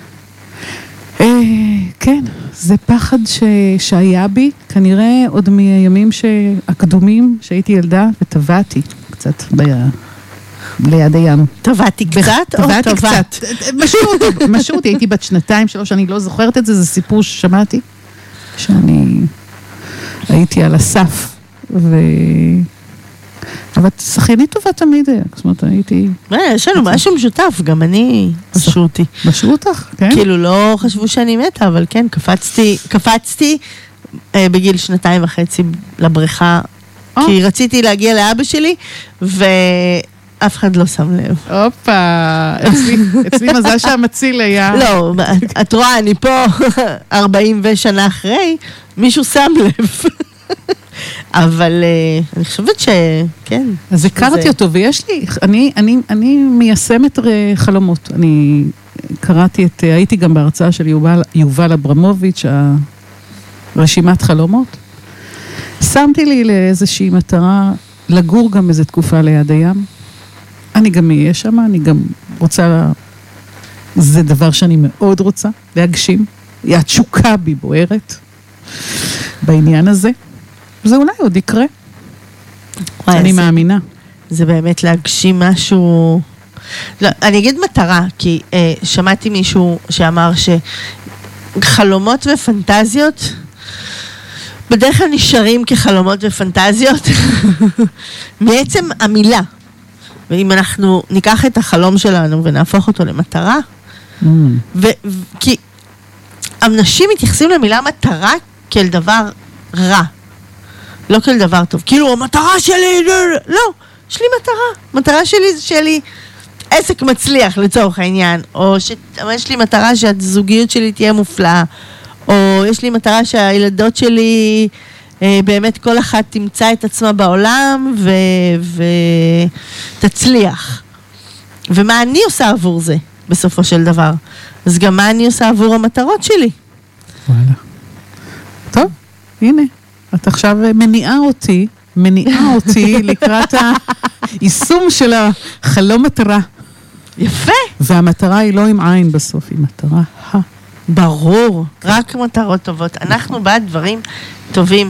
כן, זה פחד ש... שהיה בי, כנראה עוד מימים הקדומים, שהייתי ילדה, וטבעתי קצת ב... ליד הים. טבעתי קצת או טבעתי קצת? משהו אותי, הייתי בת שנתיים, שלוש, אני לא זוכרת את זה, זה סיפור ששמעתי, שאני הייתי על הסף, ו... אבל שחיינית טובה תמיד היה, זאת אומרת, הייתי... יש לנו משהו משותף, גם אני משו אותי. משו אותך, כן? כאילו לא חשבו שאני מתה, אבל כן, קפצתי, קפצתי בגיל שנתיים וחצי לבריכה, כי רציתי להגיע לאבא שלי, אף אחד לא שם לב. הופה, אצלי, אצלי מזל שהמציל היה... לא, את רואה, אני פה ארבעים ושנה אחרי, מישהו שם לב. אבל אני חושבת שכן. אז הכרתי אותו, ויש לי, אני, אני, אני מיישמת חלומות. אני קראתי את, הייתי גם בהרצאה של יובל, יובל אברמוביץ', רשימת חלומות. שמתי לי לאיזושהי מטרה לגור גם איזו תקופה ליד הים. אני גם אהיה שם, אני גם רוצה, זה דבר שאני מאוד רוצה להגשים. התשוקה בי בוערת בעניין הזה. זה אולי עוד יקרה. וואי, אני זה, מאמינה. זה באמת להגשים משהו... לא, אני אגיד מטרה, כי אה, שמעתי מישהו שאמר שחלומות ופנטזיות בדרך כלל נשארים כחלומות ופנטזיות מעצם המילה. ואם אנחנו ניקח את החלום שלנו ונהפוך אותו למטרה, mm. ו, ו, כי אנשים מתייחסים למילה מטרה כאל דבר רע. לא כאל דבר טוב. כאילו, המטרה שלי, לא, לא, יש לי מטרה. מטרה שלי זה שלי עסק מצליח לצורך העניין, או שיש לי מטרה שהזוגיות שלי תהיה מופלאה, או יש לי מטרה שהילדות שלי אה, באמת כל אחת תמצא את עצמה בעולם ו- ותצליח. ומה אני עושה עבור זה בסופו של דבר. אז גם מה אני עושה עבור המטרות שלי. וואלה. טוב, הנה. את עכשיו מניעה אותי, מניעה אותי לקראת היישום של החלום מטרה. יפה. והמטרה היא לא עם עין בסוף, היא מטרה ה. ברור, רק מטרות טובות. אנחנו בעד דברים טובים.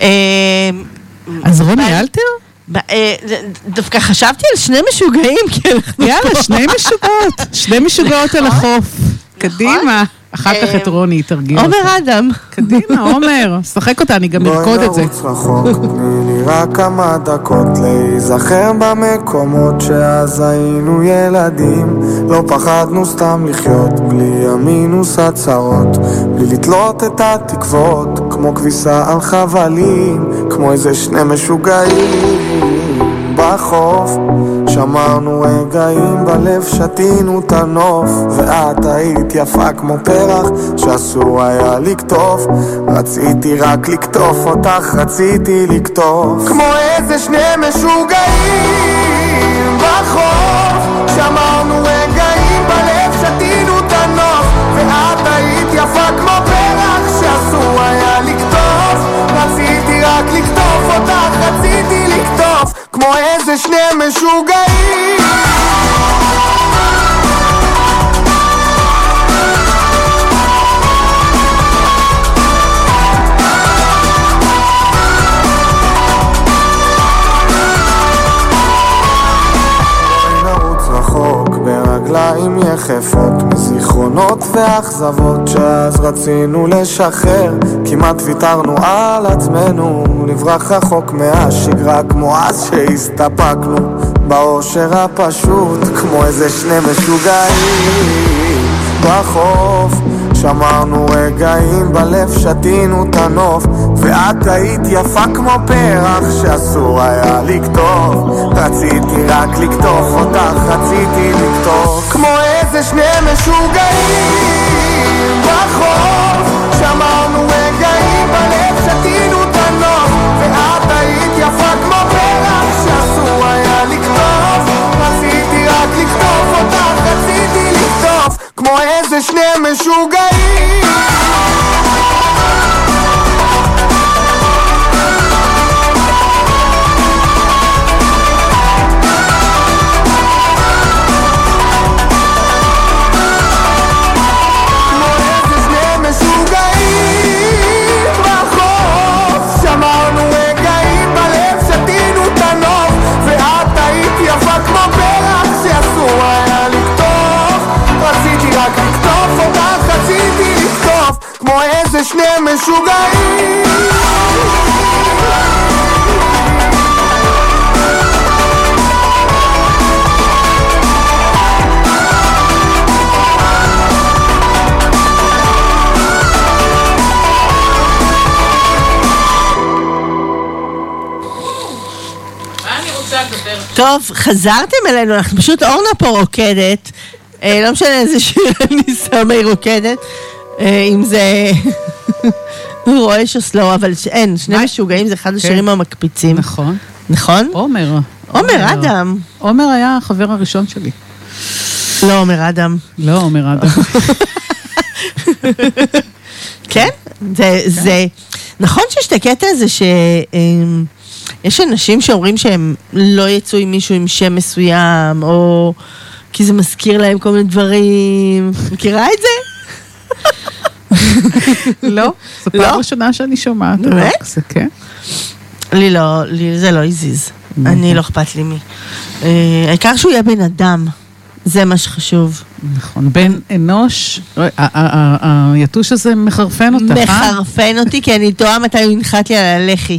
אז רוני אלתר? דווקא חשבתי על שני משוגעים. יאללה, שני משוגעות. שני משוגעות על החוף. קדימה. אחר כך את רוני, תרגיע אותה. עומר אדם. קדימה, עומר, שחק אותה, אני גם ארקוד את זה. בואי נרוץ רחוק, תני לי רק כמה דקות להיזכר במקומות שאז היינו ילדים. לא פחדנו סתם לחיות, בלי המינוס הצרות, בלי לתלות את התקוות, כמו כביסה על חבלים, כמו איזה שני משוגעים. בחוף שמרנו רגעים בלב, שתינו את הנוף, ואת היית יפה כמו פרח שאסור היה לקטוף. רציתי רק לקטוף אותך, רציתי לקטוף כמו איזה שני משוגעים. בחוף שמרנו רגעים בלב, שתינו את הנוף, ואת היית יפה כמו פרח שאסור היה לקטוף. רציתי רק לקטוף אותך, רציתי לקטוף כמו איזה שני משוגעים. נרוץ רחוק ברגליים יחפות, מזיכרונות ואכזבות שאז רצינו לשחרר. כמעט ויתרנו על עצמנו, נברח רחוק מהשגרה, כמו אז שהסתפקנו באושר הפשוט, כמו איזה שני משוגעים. בחוף שמרנו רגעים בלב, שתינו את הנוף, ואת היית יפה כמו פרח שאסור היה לקטוף. רציתי רק לקטוף אותך, רציתי לקטוף כמו איזה שני משוגעים. בחוף שמרנו רגעים בלב, שתינו את הנוף, ואת היית יפה כמו פרח שאסור היה לקטוף. רציתי רק לקטוף אותך, רציתי לקטוף כמו איזה שני משוגעים. כמו איזה שני משוגעים. מה אני רוצה לדבר? טוב, חזרתם אלינו, אנחנו פשוט אורנה פה רוקדת, אה, לא משנה איזה שיר אני שמה היא רוקדת, אה, אם זה רועש או סלו, אבל אין, שני משוגעים זה אחד השירים המקפיצים. נכון. נכון? עומר. עומר אדם. עומר היה החבר הראשון שלי. לא עומר אדם. לא עומר אדם. כן? זה, זה, נכון שיש את הקטע הזה שיש אנשים שאומרים שהם לא יצאו עם מישהו עם שם מסוים, או כי זה מזכיר להם כל מיני דברים. מכירה את זה? לא, זו פעם ראשונה שאני שומעת. באמת? זה כן. לי לא, לי זה לא הזיז. אני לא אכפת לי מי. העיקר שהוא יהיה בן אדם. זה מה שחשוב. נכון, בן אנוש, היתוש הזה מחרפן אותך, אה? מחרפן אותי, כי אני טועה מתי הוא ינחת לי על הלחי.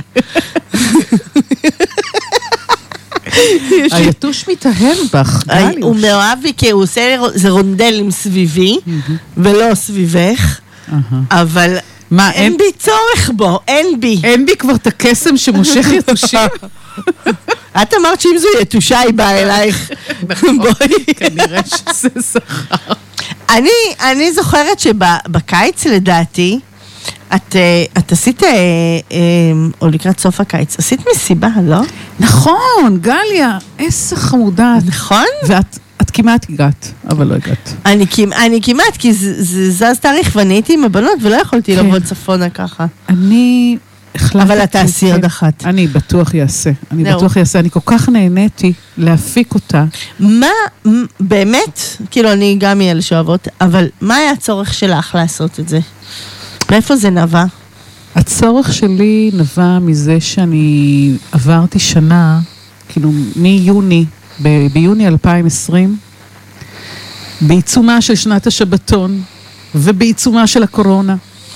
היתוש מתאהב בך, גליוש. הוא מאוהב בי, כי הוא עושה, זה רונדלים סביבי, ולא סביבך, אבל אין בי צורך בו, אין בי. אין בי כבר את הקסם שמושך יתושים? את אמרת שאם זו יתושה היא באה אלייך. בואי. כנראה שזה זכר. אני, אני זוכרת שבקיץ לדעתי, את, את עשית, או לקראת סוף הקיץ, עשית מסיבה, לא? נכון, גליה, איזה חמודה. נכון? ואת את כמעט הגעת, אבל לא הגעת. אני, אני כמעט, כי זה, זה זז תאריך, ואני הייתי עם הבנות, ולא יכולתי כן. לעבוד צפונה ככה. אני... אבל אתה עשי עוד אחת. אני בטוח יעשה. אני בטוח יעשה. אני כל כך נהניתי להפיק אותה. מה, באמת, כאילו אני גם מאלה שאוהבות, אבל מה היה הצורך שלך לעשות את זה? מאיפה זה נבע? הצורך שלי נבע מזה שאני עברתי שנה, כאילו מיוני, ב- ביוני אלפיים ועשרים, בעיצומה של שנת השבתון, ובעיצומה של הקורונה.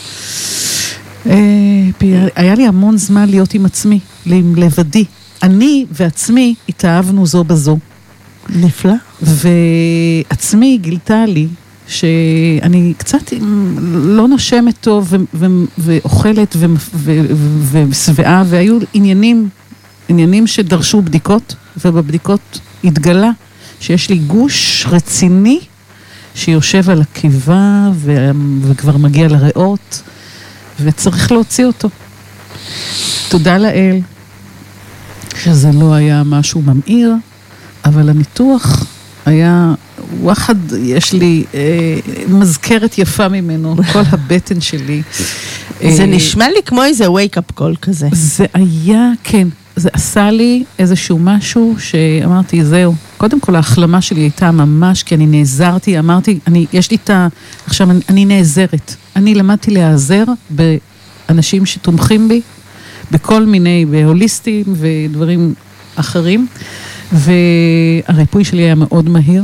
היה לי המון זמן להיות עם עצמי, עם לבדי. אני ועצמי התאהבנו זו בזו. נפלא. ועצמי גילתה לי שאני קצת לא נושמת טוב ואוכלת ושבעה, והיו עניינים, עניינים שדרשו בדיקות, ובבדיקות התגלה שיש לי גוש רציני שיושב על הקיבה וכבר מגיע לריאות, וצריך להוציא אותו. תודה לאל שזה לא היה משהו ממאיר, אבל הניתוח היה, וואחד, יש לי אה, מזכרת יפה ממנו, כל הבטן שלי. זה אה, נשמע לי כמו איזה wake-up call כזה. זה היה, כן, זה עשה לי איזשהו משהו שאמרתי, זהו. קודם כל, ההחלמה שלי הייתה ממש, כי אני נעזרתי, אמרתי, אני, יש לי את ה... עכשיו, אני, אני נעזרת. אני למדתי להיעזר באנשים שתומכים בי, בכל מיני, בהוליסטים ודברים אחרים, והריפוי שלי היה מאוד מהיר,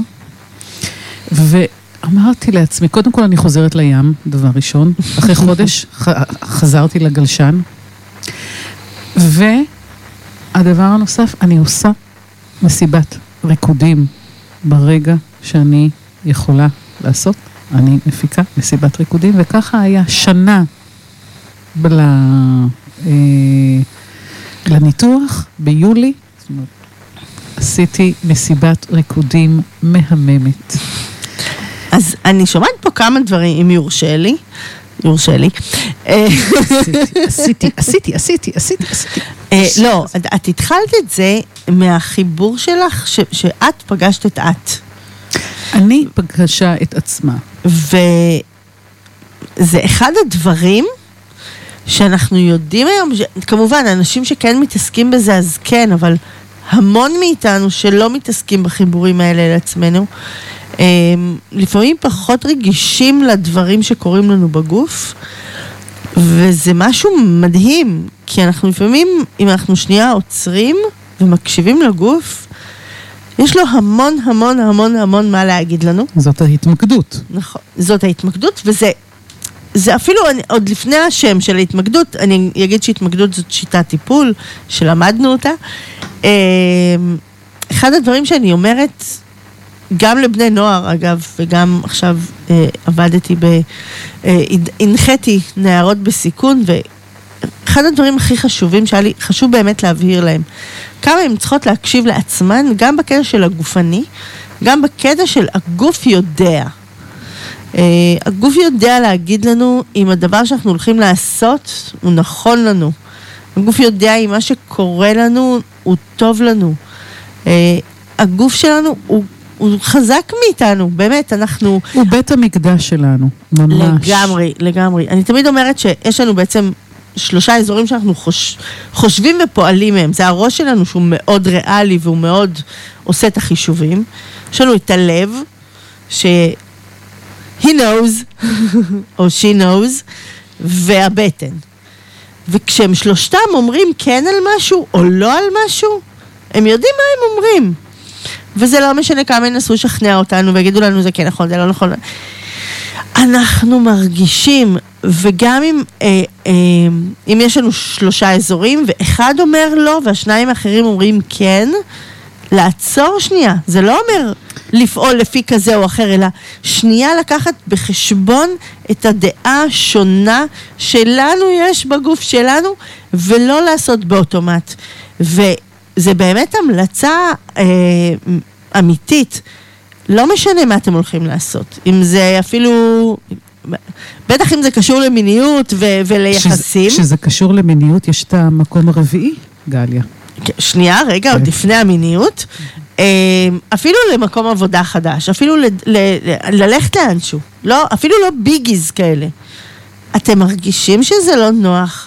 ואמרתי לעצמי, קודם כל אני חוזרת לים, דבר ראשון, אחרי חודש חזרתי לגלשן, והדבר הנוסף, אני עושה מסיבת ריקודים ברגע שאני יכולה לעשות, אני מפיקה מסיבת ריקודים, וככה היה שנה בלה, אה, לניתוח ביולי, זאת אומרת, עשיתי מסיבת ריקודים מהממת. אז אני שומעת פה כמה דברים, אם יורשה לי, יורשה לי. עשיתי, עשיתי, עשיתי, עשיתי, עשיתי. לא, את התחלת את זה מהחיבור שלך, שאת פגשת את את. אני פגשה את עצמה. וזה אחד הדברים שאנחנו יודעים היום, כמובן, אנשים שכן מתעסקים בזה, אז כן, אבל המון מאיתנו שלא מתעסקים בחיבורים האלה לעצמנו, לפעמים פחות רגישים לדברים שקורים לנו בגוף, וזה משהו מדהים, כי אנחנו לפעמים, אם אנחנו שנייה עוצרים ומקשיבים לגוף, יש לו המון המון המון המון מה להגיד לנו. זאת ההתמקדות. נכון, זאת ההתמקדות, וזה זה אפילו עוד לפני השם של ההתמקדות, אני אגיד שהתמקדות זאת שיטת טיפול, שלמדנו אותה. אחד הדברים שאני אומרת, גם לבני נוער אגב, וגם עכשיו עבדתי, הנחיתי נערות בסיכון, אחד הדברים הכי חשובים שהיה לי, חשוב באמת להבהיר להם, כמה הן צריכות להקשיב לעצמן, גם בקטע של הגופני, גם בקטע של הגוף יודע. Uh, הגוף יודע להגיד לנו אם הדבר שאנחנו הולכים לעשות הוא נכון לנו. הגוף יודע אם מה שקורה לנו הוא טוב לנו. Uh, הגוף שלנו הוא, הוא חזק מאיתנו, באמת, אנחנו... הוא בית המקדש שלנו, ממש. לגמרי, לגמרי. אני תמיד אומרת שיש לנו בעצם שלושה אזורים שאנחנו חוש, חושבים ופועלים מהם. זה הראש שלנו שהוא מאוד ריאלי והוא מאוד עושה את החישובים. יש לנו את הלב, ש... he knows, או she knows, והבטן. וכשהם שלושתם אומרים כן על משהו, או לא על משהו, הם יודעים מה הם אומרים. וזה לא משנה כמה ינסו לשכנע אותנו, ויגידו לנו זה כן נכון, זה לא נכון. אנחנו מרגישים, וגם אם, אה, אה, אם יש לנו שלושה אזורים, ואחד אומר לא, והשניים האחרים אומרים כן, לעצור שנייה. זה לא אומר לפעול לפי כזה או אחר, אלא שנייה לקחת בחשבון את הדעה השונה שלנו יש בגוף שלנו, ולא לעשות באוטומט. וזה באמת המלצה אה, אמיתית. לא משנה מה אתם הולכים לעשות. אם זה אפילו... בטח אם זה קשור למיניות ו- וליחסים. כשזה קשור למיניות, יש את המקום הרביעי, גליה. שנייה, רגע, עוד לפני המיניות. אפילו למקום עבודה חדש, אפילו ל- ל- ללכת לאנשהו. לא, אפילו לא ביגיז כאלה. אתם מרגישים שזה לא נוח.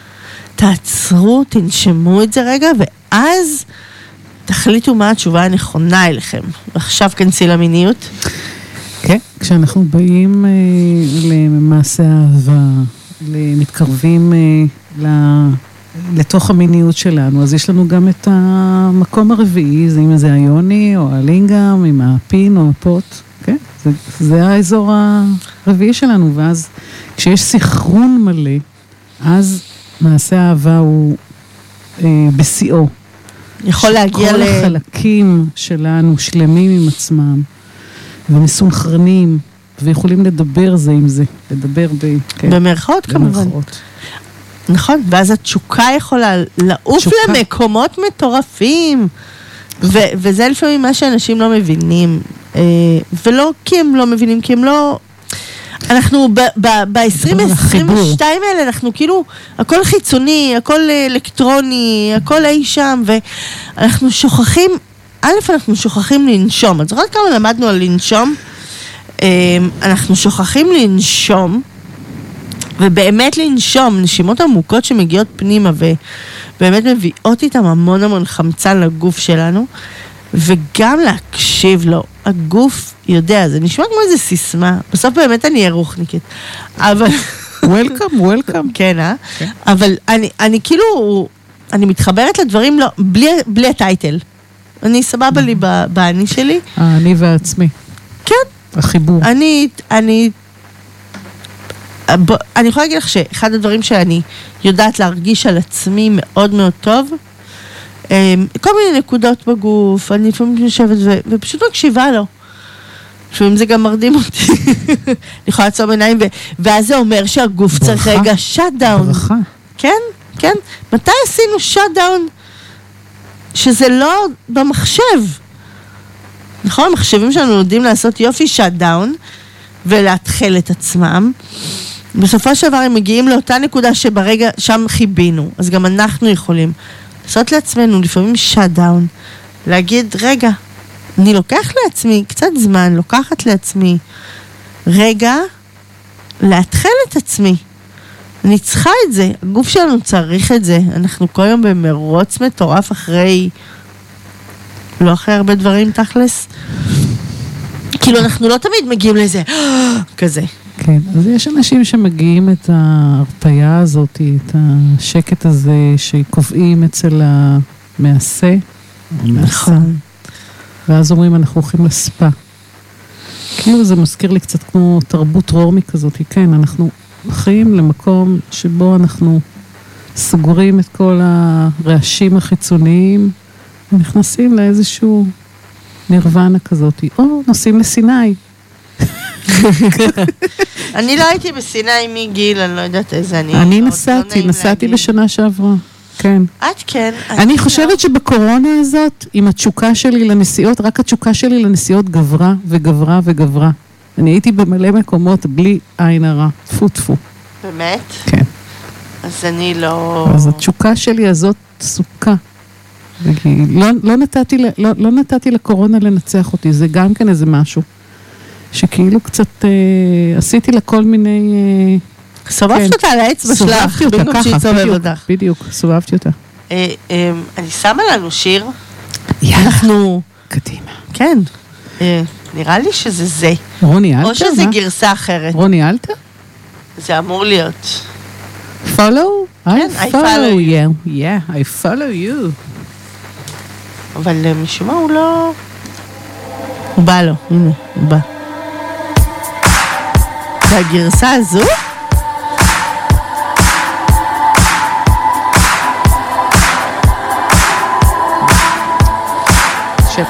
תעצרו, תנשמו את זה רגע, ואז תחליטו מה התשובה הנכונה אליכם. עכשיו כנסי למיניות. כן, כשאנחנו באים אה, למעשה אהבה, מתקרבים אה, ל... לתוך המיניות שלנו, אז יש לנו גם את המקום הרביעי, זה אם זה היוני או הלינגם, עם הפין או הפוט, כן? זה, זה האזור הרביעי שלנו, ואז כשיש סחרון מלא, אז מעשה האהבה הוא אה, בשיאו. יכול להגיע כל ל... החלקים שלנו שלמים עם עצמם, ומסונכרנים, ויכולים לדבר זה עם זה, לדבר ב... כן, במרכאות כמובן. במרכאות. נכון, ואז התשוקה יכולה לעוף תשוקה. למקומות מטורפים, ו- וזה לפעמים מה שאנשים לא מבינים, אה, ולא כי הם לא מבינים, כי הם לא... אנחנו ב-עשרים עשרים ושתיים האלה, אנחנו כאילו, הכל חיצוני, הכל אלקטרוני, הכל אי שם, ואנחנו שוכחים, א', אנחנו שוכחים לנשום. את זוכרת כמה למדנו על לנשום? אנחנו שוכחים לנשום, ובאמת לנשום, נשימות עמוקות שמגיעות פנימה, ובאמת מביאות איתם המון המון חמצן לגוף שלנו, וגם להקשיב לו. הגוף יודע, זה נשמע כמו איזה סיסמה. בסוף באמת אני אהיה רוחניקית. אבל... וולקאם, וולקאם. כן, אה? אבל אני, אני כאילו, אני מתחברת לדברים לא, בלי, בלי הטייטל. אני סבבה לי בעני שלי. אני ועצמי. כן. החיבור. אני, אני... אני יכולה להגיד לך שאחד הדברים שאני יודעת להרגיש על עצמי מאוד מאוד טוב, כל מיני נקודות בגוף, אני לפעמים יושבת ו- ופשוט מקשיבה לו. לפעמים זה גם מרדים אותי. אני יכולה לעצום עיניים, ו- ואז זה אומר שהגוף צריך רגע shut down. ברכה. כן, כן. מתי עשינו shut down? שזה לא במחשב. נכון, המחשבים שלנו יודעים לעשות יופי shut down, ולהתחיל את עצמם. בסופו של דבר הם מגיעים לאותה נקודה שברגע שם חיבינו, אז גם אנחנו יכולים לעשות לעצמנו לפעמים shut down, להגיד, רגע, אני לוקח לעצמי קצת זמן, לוקחת לעצמי רגע, להתחיל את עצמי. אני צריכה את זה, הגוף שלנו צריך את זה, אנחנו כל יום במרוץ מטורף אחרי, לא אחרי הרבה דברים תכלס, כאילו אנחנו לא תמיד מגיעים לזה, כזה. כן, אז יש אנשים שמגיעים את ההרפאיה הזאת, את השקט הזה, שקובעים אצל המעשה. נכון. ואז אומרים, אנחנו הולכים לספה. כאילו זה מזכיר לי קצת כמו תרבות רומי כזאת, כן, אנחנו חיים למקום שבו אנחנו סוגרים את כל הרעשים החיצוניים, ונכנסים לאיזשהו נירוונה כזאת, או נוסעים לסיני. אני לא הייתי בסיני מגיל, אני לא יודעת איזה אני. אני נסעתי, נסעתי בשנה שעברה. כן. את כן. אני חושבת שבקורונה הזאת, עם התשוקה שלי לנסיעות, רק התשוקה שלי לנסיעות גברה וגברה וגברה. אני הייתי במלא מקומות בלי עין הרע. טפו טפו. באמת? כן. אז אני לא... אז התשוקה שלי הזאת סוכה. לא, לא, נתתי, לא, לא נתתי לקורונה לנצח אותי, זה גם כן איזה משהו. שכאילו קצת אה, עשיתי לה כל מיני... אה, סובבת כן. אותה על האצבע שלך. סובבתי אותה ככה, בדיוק, בדיוק, סובבתי אותה. אה, אה, אני שמה לנו שיר. יאללה, אנחנו... קדימה. כן. אה, נראה לי שזה זה. רוני אלתר? או שזה גרסה אחרת. רוני אלתר? זה אמור להיות. follow? כן, I follow you. Yeah, I follow you. אבל משום מה הוא לא... הוא בא לו, הנה, הוא בא. והגרסה הזו? שפ.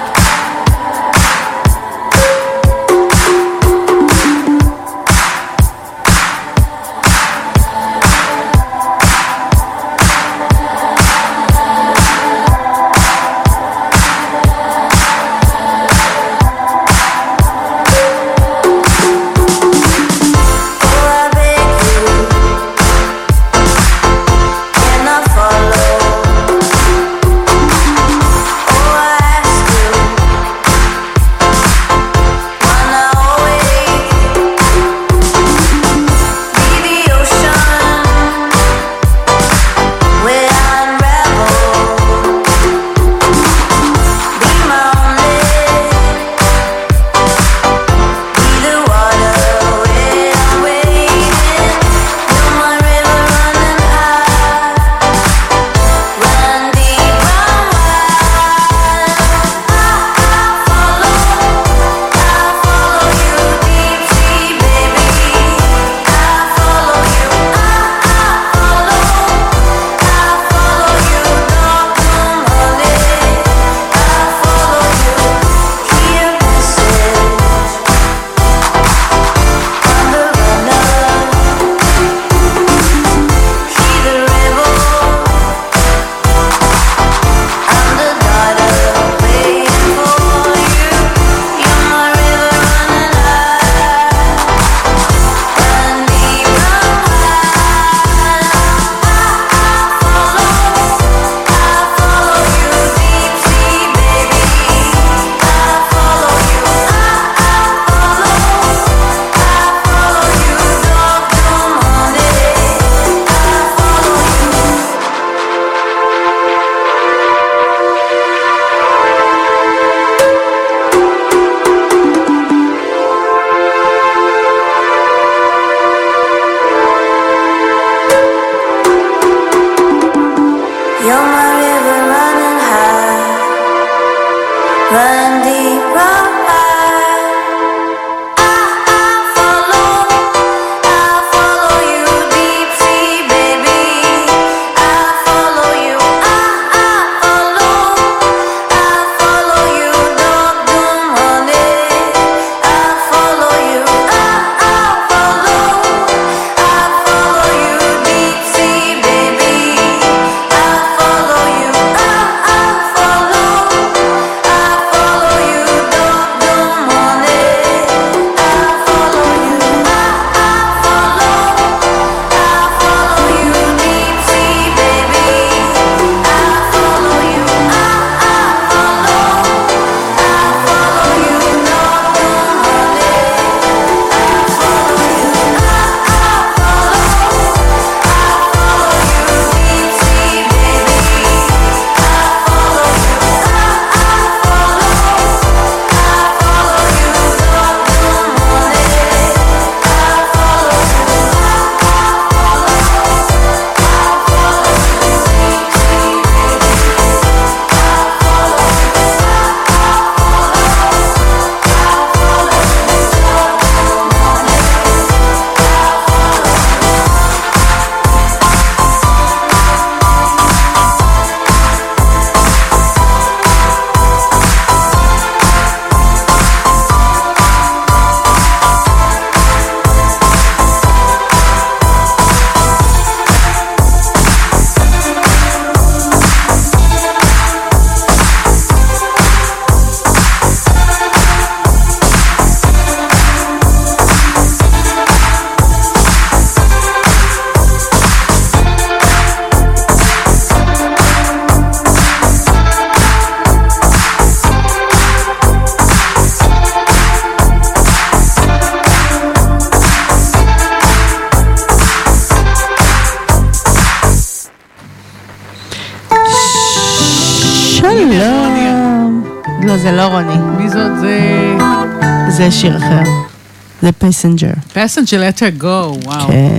Follow you, זה לא רוני. מי זאת? זה... זה שיר אחר. זה פסנג'ר. פסנג'ר, let her go, וואו. כן.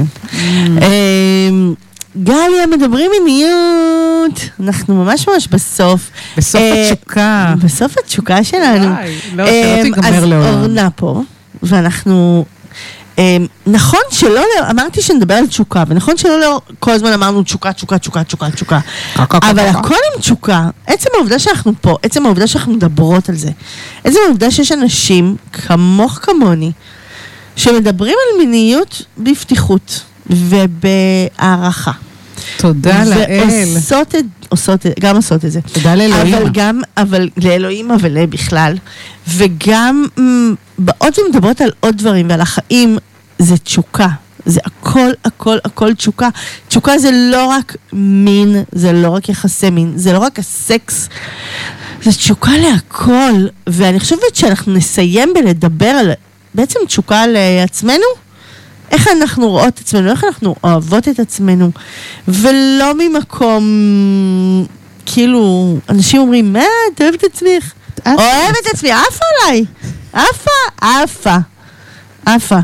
גליה, מדברים מיניות. אנחנו ממש ממש בסוף. בסוף התשוקה. בסוף התשוקה שלנו. לא, שלא תיגמר לעולם. אז אורנה פה, ואנחנו... נכון שלא, אמרתי שנדבר על תשוקה, ונכון שלא כל הזמן אמרנו תשוקה, תשוקה, תשוקה, תשוקה, תשוקה. אבל הכל עם תשוקה. עצם העובדה שאנחנו פה, עצם העובדה שאנחנו מדברות על זה, עצם העובדה שיש אנשים כמוך כמוני, שמדברים על מיניות בפתיחות ובהערכה. תודה לאל. ועושות את, עושות, גם עושות את זה. תודה לאלוהים. אבל גם, אבל לאלוהים, אבל בכלל. וגם באות ומדברות על עוד דברים, ועל החיים, זה תשוקה. זה הכל, הכל, הכל תשוקה. תשוקה זה לא רק מין, זה לא רק יחסי מין, זה לא רק הסקס. זה תשוקה להכל. ואני חושבת שאנחנו נסיים בלדבר על, בעצם תשוקה לעצמנו, איך אנחנו רואות את עצמנו, איך אנחנו אוהבות את עצמנו, ולא ממקום, כאילו, אנשים אומרים, מה, את אוהבת את עצמך? אוהבת את עצמי, עפה עליי, עפה, עפה, עפה.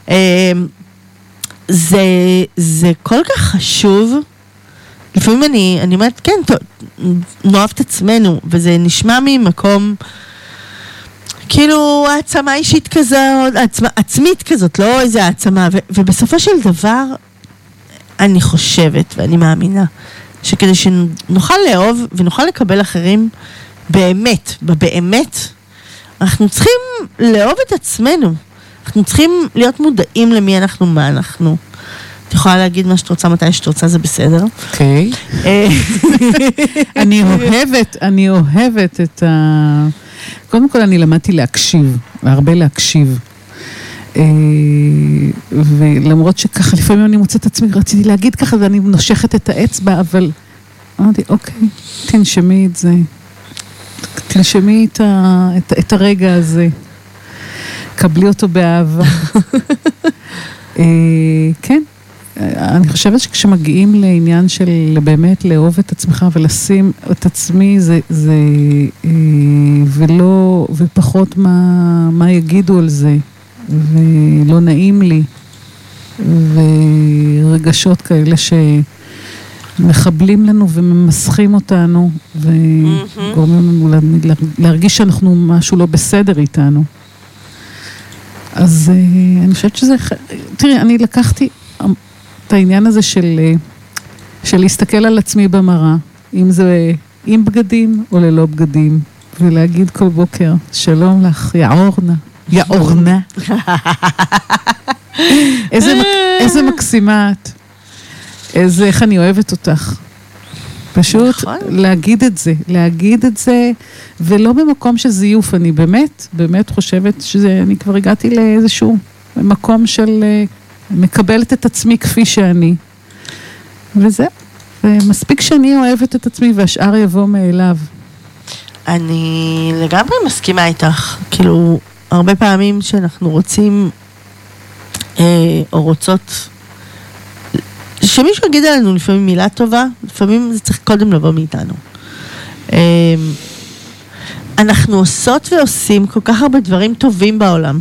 זה, זה כל כך חשוב, לפעמים אני, אני אומרת, כן, טוב, נאהב את עצמנו, וזה נשמע ממקום, כאילו, העצמה אישית כזאת, עצמה, עצמית כזאת, לא איזה העצמה, ו- ובסופו של דבר, אני חושבת, ואני מאמינה, שכדי שנוכל לאהוב ונוכל לקבל אחרים, באמת, בבאמת, אנחנו צריכים לאהוב את עצמנו. אנחנו צריכים להיות מודעים למי אנחנו, מה אנחנו. את יכולה להגיד מה שאת רוצה, מתי שאת רוצה, זה בסדר. אוקיי. אני אוהבת, אני אוהבת את ה... קודם כל אני למדתי להקשיב, והרבה להקשיב. ולמרות שככה לפעמים אני מוצאת את עצמי, רציתי להגיד ככה ואני נושכת את האצבע, אבל אמרתי, אוקיי, תנשמי את זה. תנשמי את, ה, את, את הרגע הזה. קבלי אותו באהבה. כן. אני חושבת שכשמגיעים לעניין של באמת לאהוב את עצמך ולשים את עצמי, זה, זה ולא, ופחות מה, מה יגידו על זה, ולא נעים לי, ורגשות כאלה שמחבלים לנו וממסכים אותנו, וגורמים לנו להרגיש שאנחנו משהו לא בסדר איתנו. אז אני חושבת שזה, תראי, אני לקחתי את העניין הזה של, של להסתכל על עצמי במראה, אם זה עם בגדים או ללא בגדים, ולהגיד כל בוקר, שלום לך, יא אורנה, יא אורנה. איזה, איזה מקסימה את, איזה, איך אני אוהבת אותך. פשוט להגיד את זה, להגיד את זה, ולא במקום של זיוף, אני באמת, באמת חושבת שזה, אני כבר הגעתי לאיזשהו מקום של מקבלת את עצמי כפי שאני. וזה, ומספיק שאני אוהבת את עצמי והשאר יבוא מאליו. אני לגמרי מסכימה איתך, כאילו, הרבה פעמים שאנחנו רוצים אה, או רוצות שמישהו יגיד עלינו לפעמים מילה טובה, לפעמים זה צריך קודם לבוא מאיתנו. אנחנו עושות ועושים כל כך הרבה דברים טובים בעולם.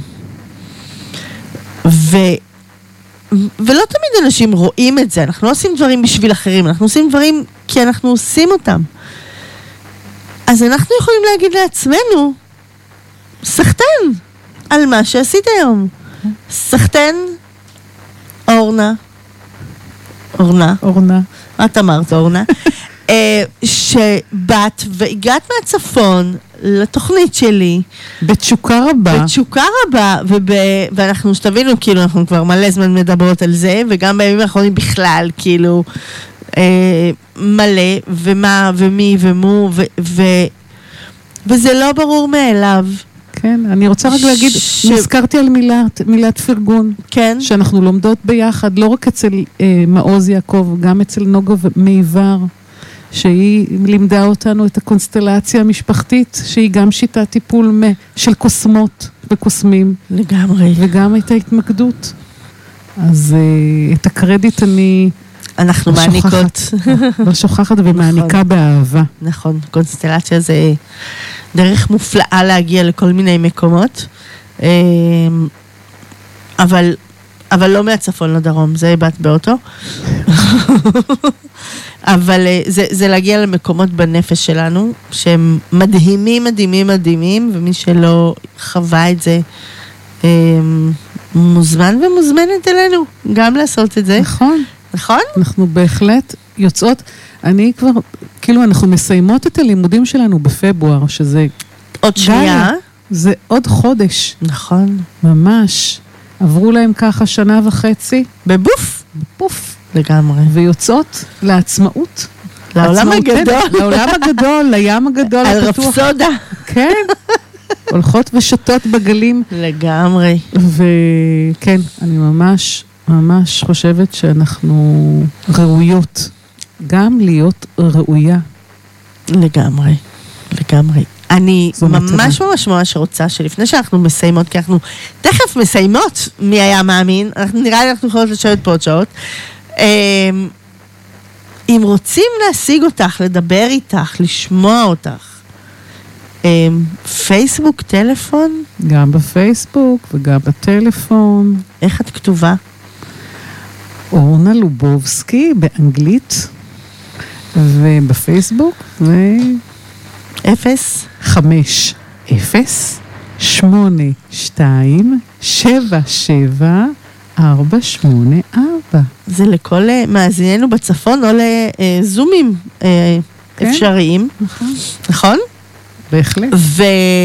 ו... ולא תמיד אנשים רואים את זה, אנחנו לא עושים דברים בשביל אחרים, אנחנו עושים דברים כי אנחנו עושים אותם. אז אנחנו יכולים להגיד לעצמנו, סחטן על מה שעשית היום. סחטן, אורנה, אורנה. אורנה. את אמרת, אורנה. שבאת והגעת מהצפון לתוכנית שלי. בתשוקה רבה. בתשוקה רבה, ואנחנו שתבינו, כאילו, אנחנו כבר מלא זמן מדברות על זה, וגם בימים האחרונים בכלל, כאילו, מלא, ומה, ומי, ומו, וזה לא ברור מאליו. כן, אני רוצה רק להגיד, נזכרתי על מילת, מילת פרגון. כן. שאנחנו לומדות ביחד, לא רק אצל אה, מעוז יעקב, גם אצל נוגה מיבר, שהיא לימדה אותנו את הקונסטלציה המשפחתית, שהיא גם שיטה טיפול מ- של קוסמות וקוסמים. לגמרי. וגם את ההתמקדות. אז אה, את הקרדיט אני... אנחנו לא מעניקות. שוכחת, לא שוכחת ומעניקה נכון. באהבה. נכון, קונסטלציה זה... דרך מופלאה להגיע לכל מיני מקומות, אבל, אבל לא מהצפון לדרום, זה בת באוטו. אבל זה, זה להגיע למקומות בנפש שלנו, שהם מדהימים, מדהימים, מדהימים, ומי שלא חווה את זה, מוזמן ומוזמנת אלינו, גם לעשות את זה. נכון. נכון? אנחנו בהחלט יוצאות, אני כבר, כאילו אנחנו מסיימות את הלימודים שלנו בפברואר, שזה... עוד שנייה. זה עוד חודש. נכון. ממש. עברו להם ככה שנה וחצי. בבוף. בבוף. לגמרי. ויוצאות לעצמאות. לעולם הגדול. לעולם הגדול, לים הגדול. על רפסודה. כן. הולכות ושתות בגלים. לגמרי. וכן, אני ממש, ממש חושבת שאנחנו ראויות. גם להיות ראויה. לגמרי. לגמרי. אני ממש ממש ממש רוצה שלפני שאנחנו מסיימות, כי אנחנו תכף מסיימות, מי היה מאמין, אנחנו נראה לי אנחנו יכולות לשבת פה עוד שעות, אם רוצים להשיג אותך, לדבר איתך, לשמוע אותך, פייסבוק, טלפון? גם בפייסבוק וגם בטלפון. איך את כתובה? אורנה לובובסקי באנגלית, ובפייסבוק ו... אפס, חמש, אפס, שמונה, שתיים, שבע, שבע, ארבע, שמונה, ארבע. זה לכל מאזיננו בצפון או לזומים אפשריים. נכון. נכון? בהחלט. ו...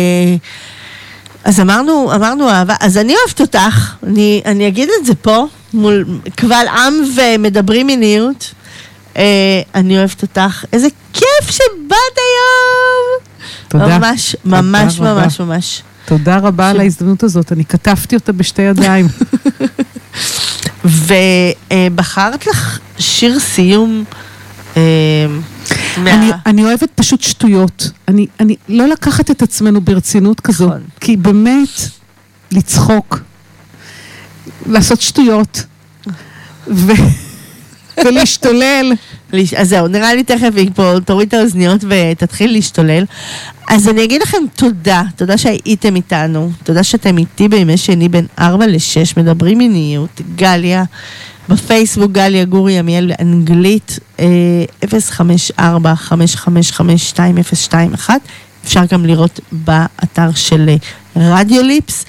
אז אמרנו, אמרנו אהבה, אז אני אוהבת אותך, אני, אני אגיד את זה פה, מול קבל עם ומדברים מיניות, אה, אני אוהבת אותך, איזה כיף שבאת היום! תודה. ממש, ממש, תודה ממש, רבה. ממש. תודה רבה ש... על ההזדמנות הזאת, אני כתבתי אותה בשתי ידיים. ובחרת לך שיר סיום, אה, מה... אני, אני אוהבת פשוט שטויות. אני, אני לא לקחת את עצמנו ברצינות כזו, נכון. כי באמת לצחוק, לעשות שטויות, ו... ולהשתולל. אז זהו, נראה לי תכף היא פה תוריד את האוזניות ותתחיל להשתולל. אז אני אגיד לכם תודה, תודה שהייתם איתנו, תודה שאתם איתי בימי שני בין ארבע לשש, מדברים מיניות, גליה, בפייסבוק גליה גורי ימיאל באנגלית, אפס חמש ארבע חמש חמש חמש שתיים אפס שתיים אחת, אפשר גם לראות באתר של רדיו ליפס.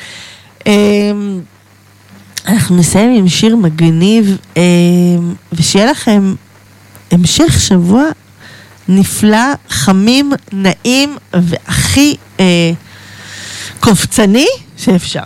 אנחנו נסיים עם שיר מגניב, ושיהיה לכם המשך שבוע נפלא, חמים, נעים, והכי קופצני שאפשר.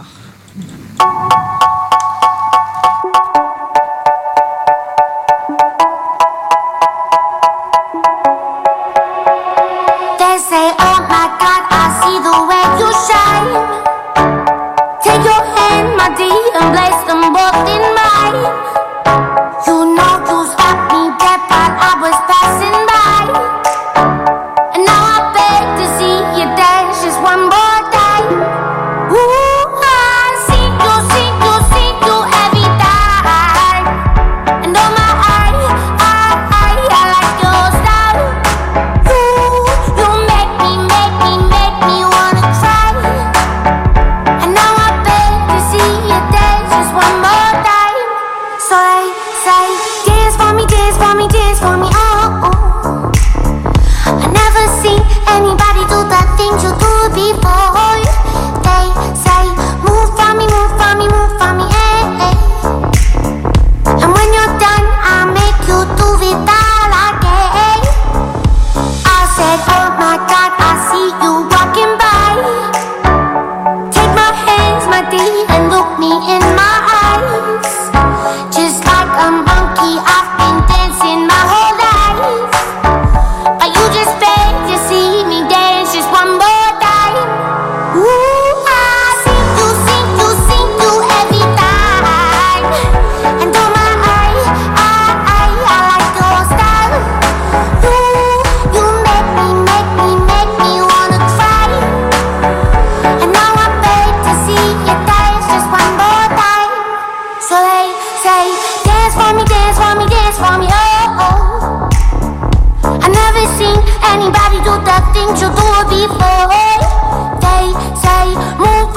Dance for me, dance for me, oh, oh. I've never seen anybody do the things you do before. They say move